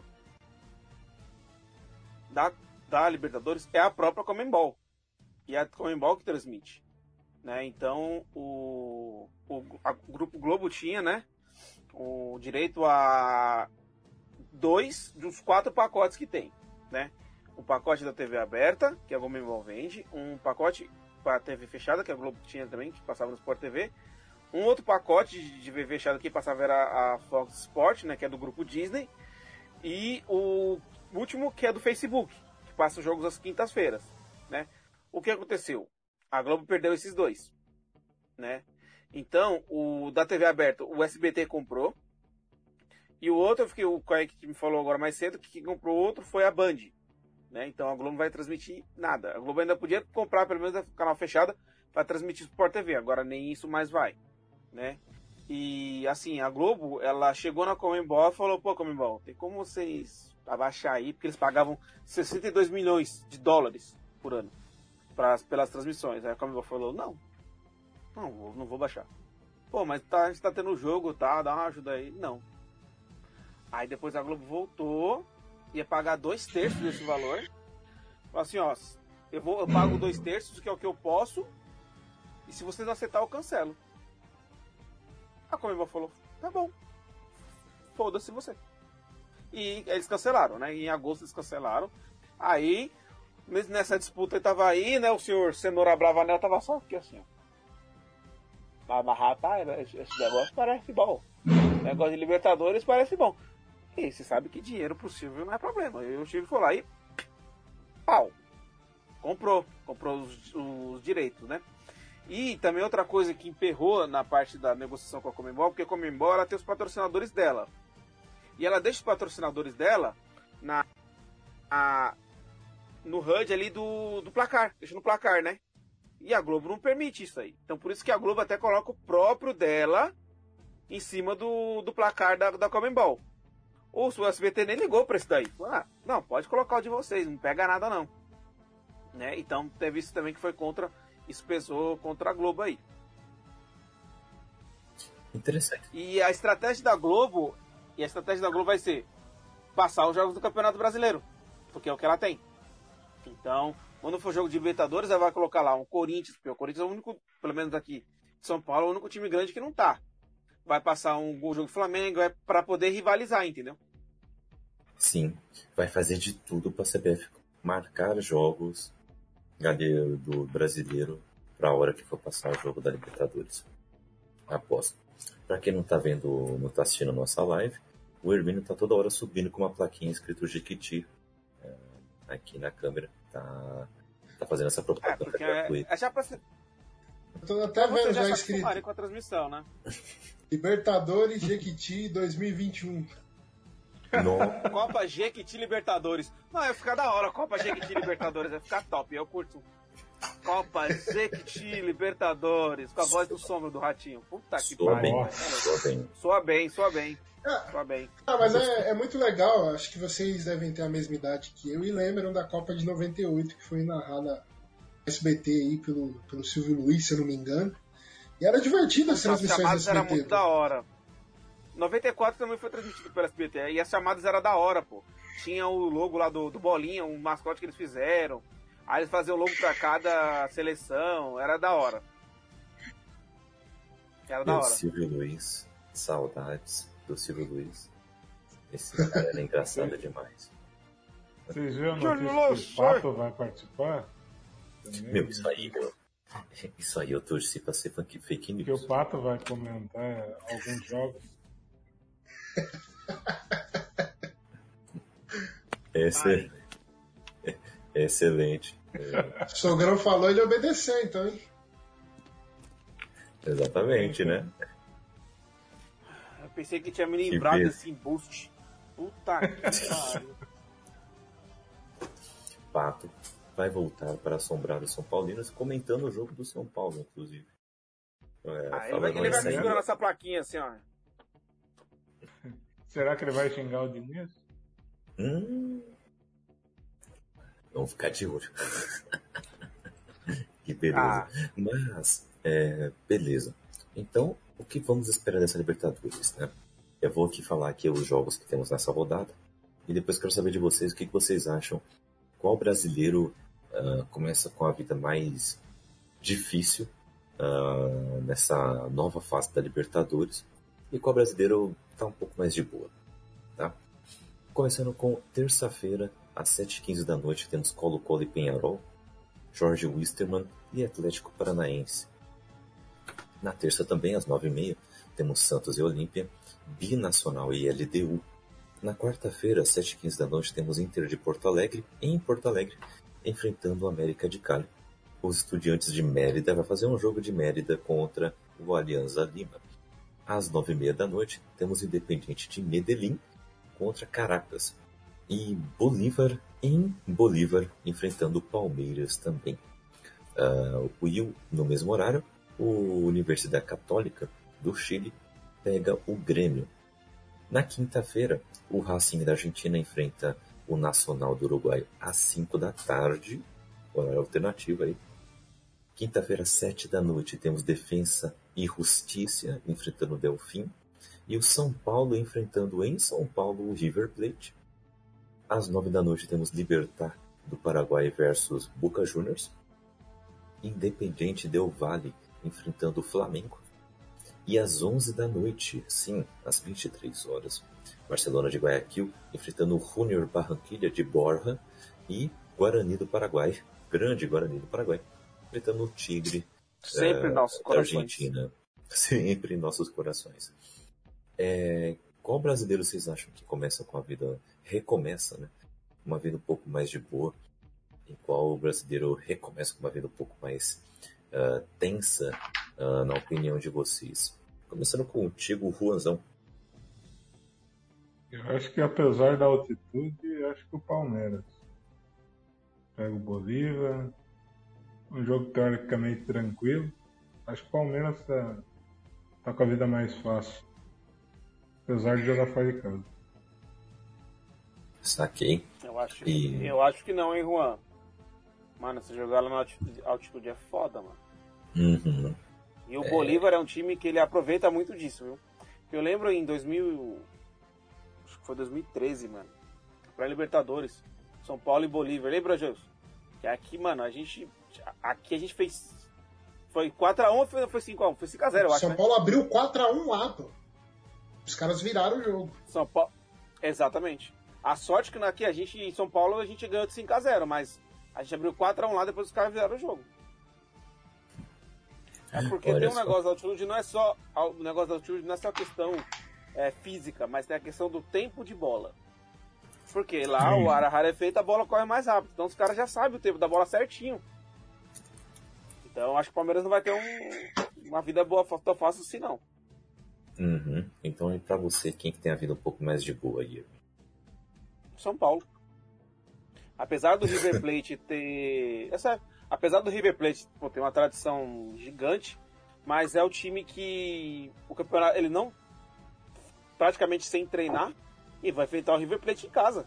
Da, da Libertadores é a própria Conmebol. E é a Conmebol que transmite. Né? Então o, o, a- o Grupo Globo tinha, né, o direito a dois dos quatro pacotes que tem, né? O pacote da T V aberta, que a Conmebol vende, um pacote para T V fechada, que a Globo tinha também, que passava no Sport T V, um outro pacote de T V fechada que passava era a Fox Sport, né, que é do Grupo Disney, e o último que é do Facebook, que passa os jogos às quintas-feiras, né? O que aconteceu? A Globo perdeu esses dois, né? Então, o da T V aberta, o S B T comprou. E o outro, que o Kaique me falou agora mais cedo, que quem comprou outro foi a Band, né? Então a Globo não vai transmitir nada. A Globo ainda podia comprar, pelo menos, o canal fechado para transmitir Sport T V. Agora nem isso mais vai, né? E, assim, a Globo, ela chegou na Conmebol e falou, pô, Conmebol, tem como vocês abaixar aí? Porque eles pagavam sessenta e dois milhões de dólares por ano. Pra, pelas transmissões. Aí a Conmebol falou, não, não, vou- não vou baixar. Pô, mas tá, a gente tá tendo jogo, tá? Dá uma ajuda aí. Não. Aí depois a Globo voltou, ia pagar dois terços desse valor. Falou assim, ó, eu, vou, eu pago dois terços, que é o que eu posso, e se vocês não aceitar, eu cancelo. A Conmebol falou, tá bom, foda-se você. E eles cancelaram, né? Em agosto eles cancelaram. Aí, mesmo nessa disputa, ele tava aí, né? O senhor Cenoura Bravanel tava só aqui assim, ó. Mas, mas, rapaz, esse esse negócio parece bom. Negócio de Libertadores parece bom. E você sabe que dinheiro pro Silvio não é problema. E o Silvio foi lá e pau. Comprou. Comprou os, os direitos, né? E também outra coisa que emperrou na parte da negociação com a Conmebol, porque a Conmebol ela tem os patrocinadores dela. E ela deixa os patrocinadores dela na, a, no H U D ali do, do placar. Deixa no placar, né? E a Globo não permite isso aí. Então por isso que a Globo até coloca o próprio dela em cima do, do placar da, da Conmebol. Ou se o S B T nem ligou pra isso daí. Ah, não, pode colocar o de vocês, não pega nada não. Né? Então teve isso também que foi contra, isso pesou contra a Globo aí. Interessante. E a estratégia da Globo, e a estratégia da Globo vai ser passar os jogos do Campeonato Brasileiro, porque é o que ela tem. Então, quando for jogo de Libertadores, ela vai colocar lá um Corinthians, porque o Corinthians é o único, pelo menos aqui de São Paulo, é o único time grande que não tá. vai passar um jogo do Flamengo, é pra poder rivalizar, entendeu? Sim, vai fazer de tudo pra C B F marcar jogos ali do brasileiro pra hora que for passar o jogo da Libertadores. Aposto. Pra quem não tá vendo, não tá assistindo a nossa live, o Hermínio tá toda hora subindo com uma plaquinha escrito Jequiti é, aqui na câmera. Tá, tá fazendo essa propaganda É, gratuita. é, é já pra ser... Eu tô até Você vendo já já se escrito acostumarem com a transmissão, né? Libertadores Jequiti dois mil e vinte e um. No... Copa Jequiti Libertadores. Não, ia ficar da hora, Copa Jequiti Libertadores, vai ficar top, eu curto. Copa Jequiti Libertadores, com a voz do Sombra do Ratinho. Puta que Soa pariu. bem, soa bem. Soa bem, soa bem. Ah, Soa bem. ah, mas é, é muito legal, acho que vocês devem ter a mesma idade que eu e lembram da Copa de noventa e oito, que foi narrada no S B T aí pelo, pelo Silvio Luiz, se eu não me engano. E era divertido as As transmissões do chamadas S B T. eram muito pô. da hora. noventa e quatro também foi transmitido pelo S B T. E as chamadas eram da hora, pô. Tinha o logo lá do, do Bolinha, um mascote que eles fizeram. Aí eles faziam o logo pra cada seleção. Era da hora. Era da E o hora. Silvio Luiz, saudades do Silvio Luiz. Esse cara era engraçado demais. Vocês viram a Johnny notícia que o Lawson. Pato vai participar? Também? Meu, isso aí, meu. Isso aí eu torci pra ser fake fake Que news. o Pato vai comentar alguns jogos. Esse é... Excelente. É, O Sogrão falou, ele obedeceu, então, hein? exatamente, né? Eu pensei que tinha me lembrado Que desse boost. Puta que pariu. Pato vai voltar para assombrar os São Paulinos, comentando o jogo do São Paulo, inclusive. É, Ah, ele vai, falando ele vai isso aí, segurando essa plaquinha assim, ó. Será que ele vai xingar o Diniz? Hum... Vamos ficar de olho. Que beleza. Ah. Mas, é, beleza. Então, o que vamos esperar dessa Libertadores, né? Eu vou aqui falar aqui os jogos que temos nessa rodada. E depois quero saber de vocês o que, que vocês acham. Qual brasileiro uh, começa com a vida mais difícil uh, nessa nova fase da Libertadores? E qual brasileiro está um pouco mais de boa, tá? Começando com terça-feira, às sete e quinze da noite, temos Colo-Colo e Penharol, Jorge Wisterman e Atlético Paranaense. Na terça também, às nove e meia, temos Santos e Olímpia, Binacional e L D U. Na quarta-feira, às sete e quinze da noite, temos Inter de Porto Alegre, em Porto Alegre, enfrentando o América de Cali. Os Estudiantes de Mérida vai fazer um jogo de Mérida contra o Alianza Lima. Às nove e meia da noite, temos Independiente de Medellín contra Caracas. E Bolívar em Bolívar, enfrentando o Palmeiras também. Uh, o Will, no mesmo horário, o Universidade Católica do Chile pega o Grêmio. Na quinta-feira, o Racing da Argentina enfrenta o Nacional do Uruguai às cinco da tarde, horário alternativo aí. Quinta-feira, às sete da noite, temos Defensa e Justiça enfrentando o Delfim. E o São Paulo enfrentando em São Paulo o River Plate. Às nove da noite temos Libertad do Paraguai versus Boca Juniors. Independiente Del Valle enfrentando o Flamengo. E às onze da noite, sim, às vinte e três horas, Barcelona de Guayaquil enfrentando o Junior Barranquilla de Borja e Guarani do Paraguai, grande Guarani do Paraguai, enfrentando o Tigre Sempre uh, nossos da corações. Argentina. Sempre em nossos corações. É, qual brasileiro vocês acham que começa com a vida, recomeça, né? Uma vida um pouco mais de boa? E qual brasileiro recomeça com uma vida um pouco mais uh, tensa, uh, na opinião de vocês? Começando contigo, Juanzão. Eu acho que apesar da altitude, acho que o Palmeiras. Pega o Bolívar, um jogo teoricamente tranquilo. Acho que o Palmeiras tá, tá com a vida mais fácil. Apesar de jogar fora de casa. Saquei. Eu acho, E- eu acho que não, hein, Juan? Mano, você jogar lá na altitude, altitude é foda, mano. Uhum. E o Bolívar é um time que ele aproveita muito disso, viu? Eu lembro em dois mil... Acho que foi dois mil e treze, mano. Pra Libertadores. São Paulo e Bolívar. Lembra, Gilson? Que aqui, mano, a gente... Aqui a gente fez... Foi quatro a um ou foi, foi cinco a um? Foi cinco a zero, eu acho. São né? Paulo abriu quatro a um lá, pô. Os caras viraram o jogo. São Paulo. Exatamente. A sorte que aqui a gente, em São Paulo, a gente ganhou de cinco a zero, mas a gente abriu quatro a um lá, depois os caras viraram o jogo. É porque Olha tem um só. negócio da altitude, não é só. O negócio da altitude não é só questão é, física, mas tem a questão do tempo de bola. Porque lá Hum. o ar rarefeito, a bola corre mais rápido. Então os caras já sabem o tempo da bola certinho. Então acho que o Palmeiras não vai ter um, uma vida boa tão fácil assim, não. Uhum. Então, e pra você, quem que tem a vida um pouco mais de boa aí? São Paulo. Apesar do River Plate ter. Essa, apesar do River Plate pô, ter uma tradição gigante, mas é o time que o campeonato ele não praticamente sem treinar e vai enfrentar o River Plate em casa.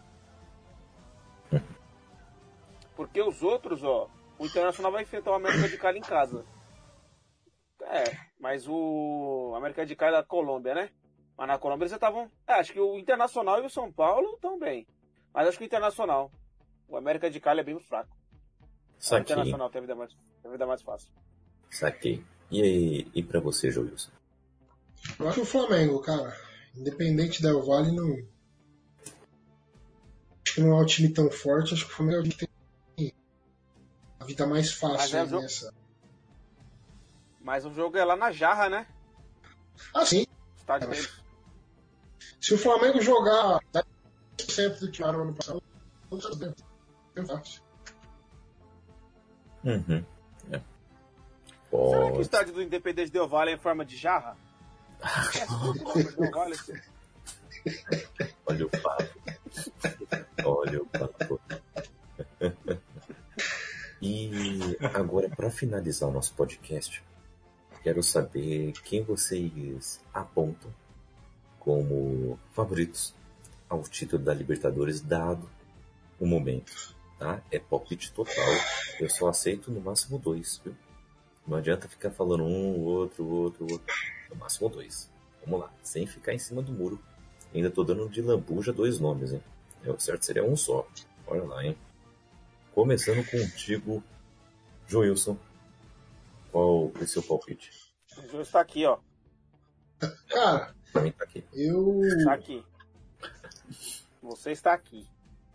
Porque os outros, ó, o Internacional vai enfrentar o América de Cali em casa. É, mas o América de Cali é da Colômbia, né? Mas na Colômbia eles já estavam. É, acho que o Internacional e o São Paulo estão bem. Mas acho que o Internacional. O América de Cali é bem fraco. O Saquei, Internacional tem a vida mais, tem a vida mais fácil. saquei. E aí, e pra você, Joilson? Eu acho que o Flamengo, cara, independente da Del Valle, não. Acho que não é um time tão forte. Acho que o Flamengo é o time que tem a vida mais Mas fácil é aí o jogo- nessa. Mas o jogo é lá na Jarra, né? Ah, sim. Estádio deles. Se o Flamengo jogar dez por cento do que era o ano passado, é fácil. Uhum. É. Será que o Pode. estádio do Independente Del Valle é em forma de jarra? Del Valle, assim. Olha o papo. Olha o papo. E agora, para finalizar o nosso podcast, quero saber quem vocês apontam como favoritos ao título da Libertadores, dado o momento. Tá? É palpite total. Eu só aceito no máximo dois, viu? Não adianta ficar falando um, outro, outro, outro. No máximo dois. Vamos lá, sem ficar em cima do muro. Ainda tô dando de lambuja dois nomes, hein? É, o certo seria um só. Olha lá, hein? Começando contigo, Joilson. Qual o seu palpite? O jogo está aqui, ó. Cara, Também tá aqui. eu. Está aqui. Você está aqui.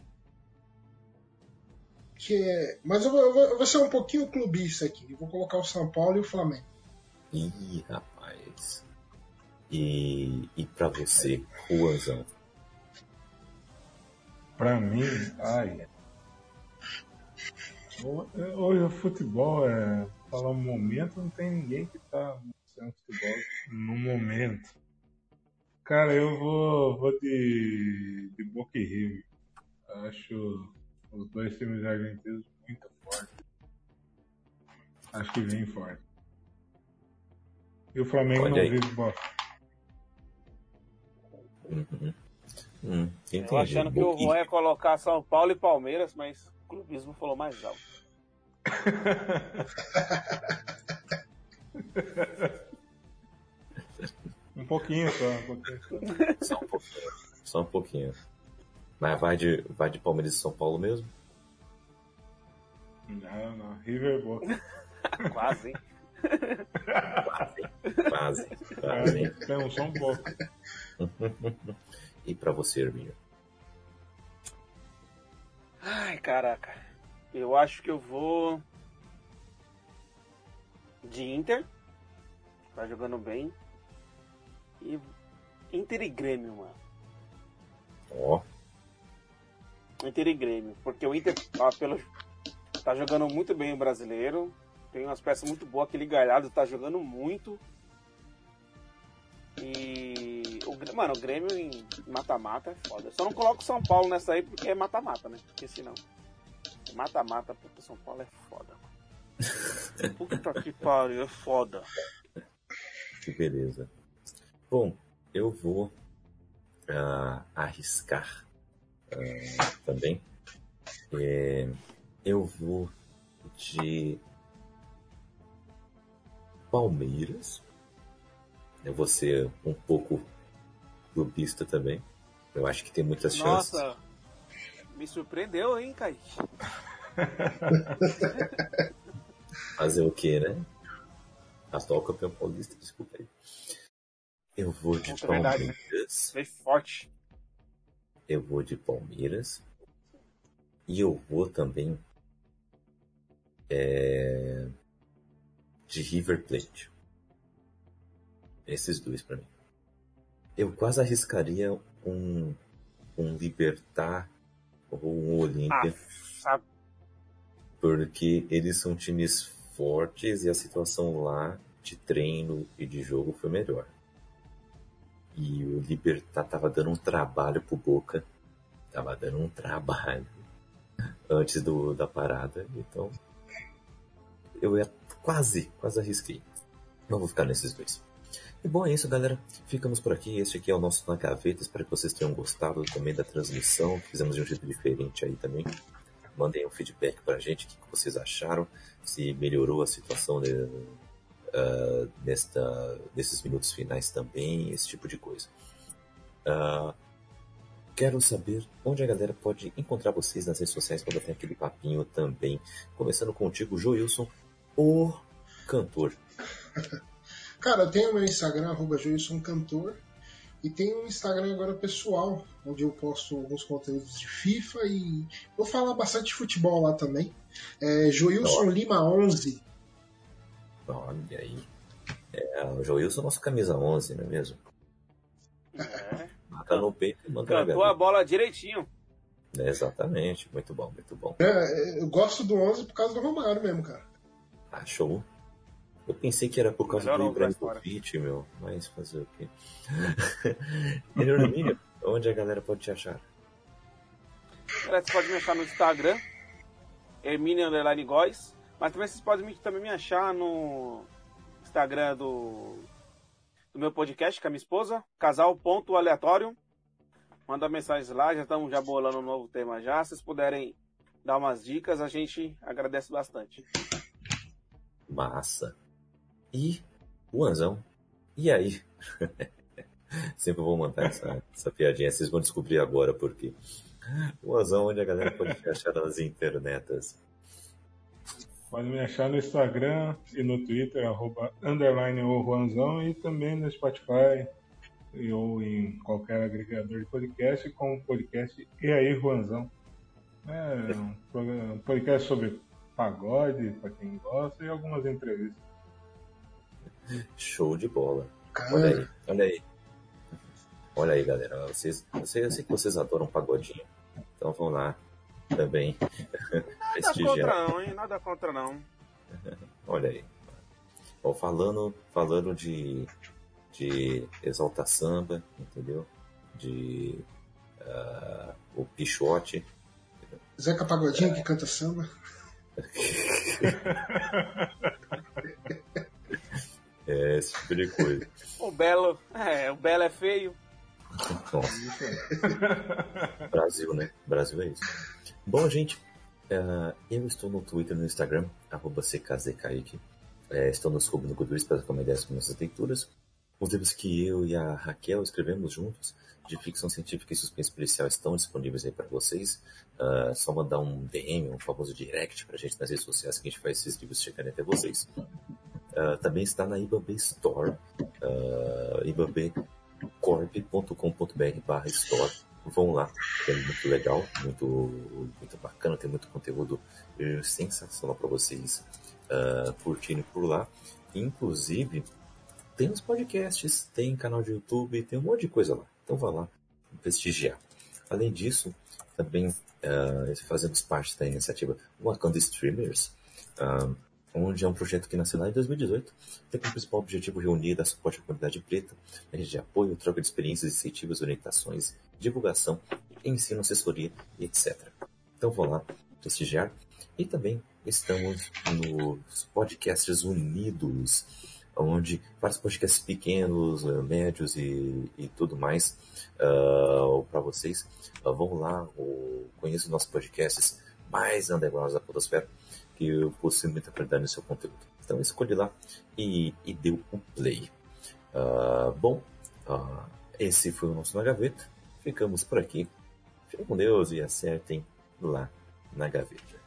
Que é... Mas eu vou, eu vou- eu vou ser um pouquinho clubista aqui. Eu vou colocar o São Paulo e o Flamengo. Ih, rapaz. E, e pra você, Juanzão? Pra mim, ai. Hoje o futebol é. Falar um momento, não tem ninguém que tá mostrando futebol no momento. Cara, eu vou, vou de, de Boca e River. Acho os dois times argentinos muito fortes. Acho que vem forte. E o Flamengo Olha não aí. vive bosta. Uhum. Hum, entendi. Eu achando que o Boquinha. Juan ia colocar São Paulo e Palmeiras, mas o clubismo falou mais alto. Um pouquinho só, um pouquinho só. Só um pouquinho. Só um pouquinho. Mas vai de, vai de Palmeiras e São Paulo mesmo? Não, não. River Boca. Quase, hein? Quase. Quase. hein? Então, só um pouco. E pra você, Herminho? Ai, caraca. Eu acho que eu vou de Inter. Tá jogando bem. E Inter e Grêmio, mano. Ó, Inter e Grêmio. Porque o Inter, ó, pelo, tá jogando muito bem o brasileiro. Tem umas peças muito boas. Aquele Galhardo tá jogando muito. E o, Grê- mano, o Grêmio em mata-mata é foda. Eu só não coloco o São Paulo nessa aí porque é mata-mata, né? Porque senão. Mata-mata pro São Paulo é foda. Mano. Puta que pariu, é foda. que beleza. Bom, eu vou ah, arriscar ah, também. É, eu vou de Palmeiras. Eu vou ser um pouco clubista também. Eu acho que tem muitas chances. Nossa, me surpreendeu, hein, Kaique? Fazer o quê, né? Atual campeão paulista, desculpa aí. Eu vou de Nossa, é verdade, né? Palmeiras. Bem forte. Eu vou de Palmeiras. E eu vou também é, de River Plate. Esses dois pra mim. Eu quase arriscaria um, um Libertad ou um Olímpia. Ah, porque eles são times fortes e a situação lá de treino e de jogo foi melhor. E o Libertad tava dando um trabalho pro Boca. Tava dando um trabalho antes do, da parada. Então, eu ia quase, quase arrisquei. Não vou ficar nesses dois. E bom, é isso, galera. Ficamos por aqui. Este aqui é o nosso Na Gaveta. Espero que vocês tenham gostado também da transmissão. Fizemos de um jeito diferente aí também. Mandem um feedback pra gente. O que vocês acharam. Se melhorou a situação de, uh, nesta, nesses minutos finais também. Esse tipo de coisa. Uh, quero saber onde a galera pode encontrar vocês nas redes sociais para ter aquele papinho também. Começando contigo, Joilson, o cantor. Cara, eu tenho o meu Instagram, arroba Joilson Cantor, e tenho um Instagram agora pessoal, onde eu posto alguns conteúdos de FIFA e vou falar bastante de futebol lá também. É Joilson Lima onze. Olha aí. É, o Joilson é nosso camisa onze, não é mesmo? É. Mata no peito e manda na Cantou galera. a bola direitinho. É, exatamente. Muito bom, muito bom. É, eu gosto do onze por causa do Romário mesmo, cara. Ah, show. Eu pensei que era por causa Melhor do onze da história. Ibrahimovic, meu. Mas fazer o quê? Hermínio, onde a galera pode te achar? Galera, você pode me achar no Instagram, Hermínio Underline Góes, mas também vocês podem me, também me achar no Instagram do, do meu podcast com a minha esposa, casal.aleatório. Manda mensagens lá, já estamos já bolando um novo tema já. Se vocês puderem dar umas dicas, a gente agradece bastante. Massa. E o Anzão. E aí? Sempre vou mandar essa, essa piadinha. Vocês vão descobrir agora por quê. O Anzão, onde a galera pode te achar nas internetas. Pode me achar no Instagram e no Twitter, arroba underline o Juanzão, e também no Spotify e, ou em qualquer agregador de podcast, com o podcast E aí, Juanzão. É um, programa, um podcast sobre pagode, para quem gosta, e algumas entrevistas. Show de bola. Olha aí, olha aí. Olha aí, galera. Vocês, eu, sei, eu sei que vocês adoram pagodinho. Então vão lá também. Nada contra não, hein? Nada contra não. Olha aí. Ó, falando, falando de, de Exalta Samba, entendeu? De uh, o Pichote. Zeca Pagodinho que canta samba. É, esse tipo de coisa. O Belo, é, o Belo é feio. Nossa. Brasil, né? Brasil é isso. Bom, gente, uh, eu estou no Twitter e no Instagram, arroba ckzkaique. Uh, estou no Scooby no Goodreads para trocar ideias com nossas leituras. Os livros que eu e a Raquel escrevemos juntos, de ficção científica e suspense policial, estão disponíveis aí para vocês. Uh, só mandar um D M, um famoso direct pra gente nas redes sociais, que a gente faz esses livros chegarem até vocês. Uh, também está na Ibambe Store, uh, ibambe corp ponto com ponto br barra store. Vão lá, é muito legal, muito, muito bacana, tem muito conteúdo uh, sensacional para vocês uh, curtirem por lá. Inclusive, tem os podcasts, tem canal de YouTube, tem um monte de coisa lá. Então vá lá prestigiar. Além disso, também uh, fazemos parte da iniciativa Wakanda Streamers, uh, onde é um projeto que nasceu lá em dois mil e dezoito, tem como principal objetivo reunir e dar suporte à comunidade preta, a rede de apoio, troca de experiências, incentivos, orientações, divulgação, ensino, assessoria e etcétera. Então vão lá prestigiar. E também estamos nos Podcasts Unidos, onde vários podcasts pequenos, médios e, e tudo mais uh, para vocês. Uh, vão lá, uh, conheçam nossos podcasts mais undergrounds da podosfera, que eu possui muita qualidade no seu conteúdo. Então escolhe lá e, e dê um play. Uh, bom, uh, esse foi o nosso Na Gaveta. Ficamos por aqui. Fiquem com Deus e acertem lá na gaveta.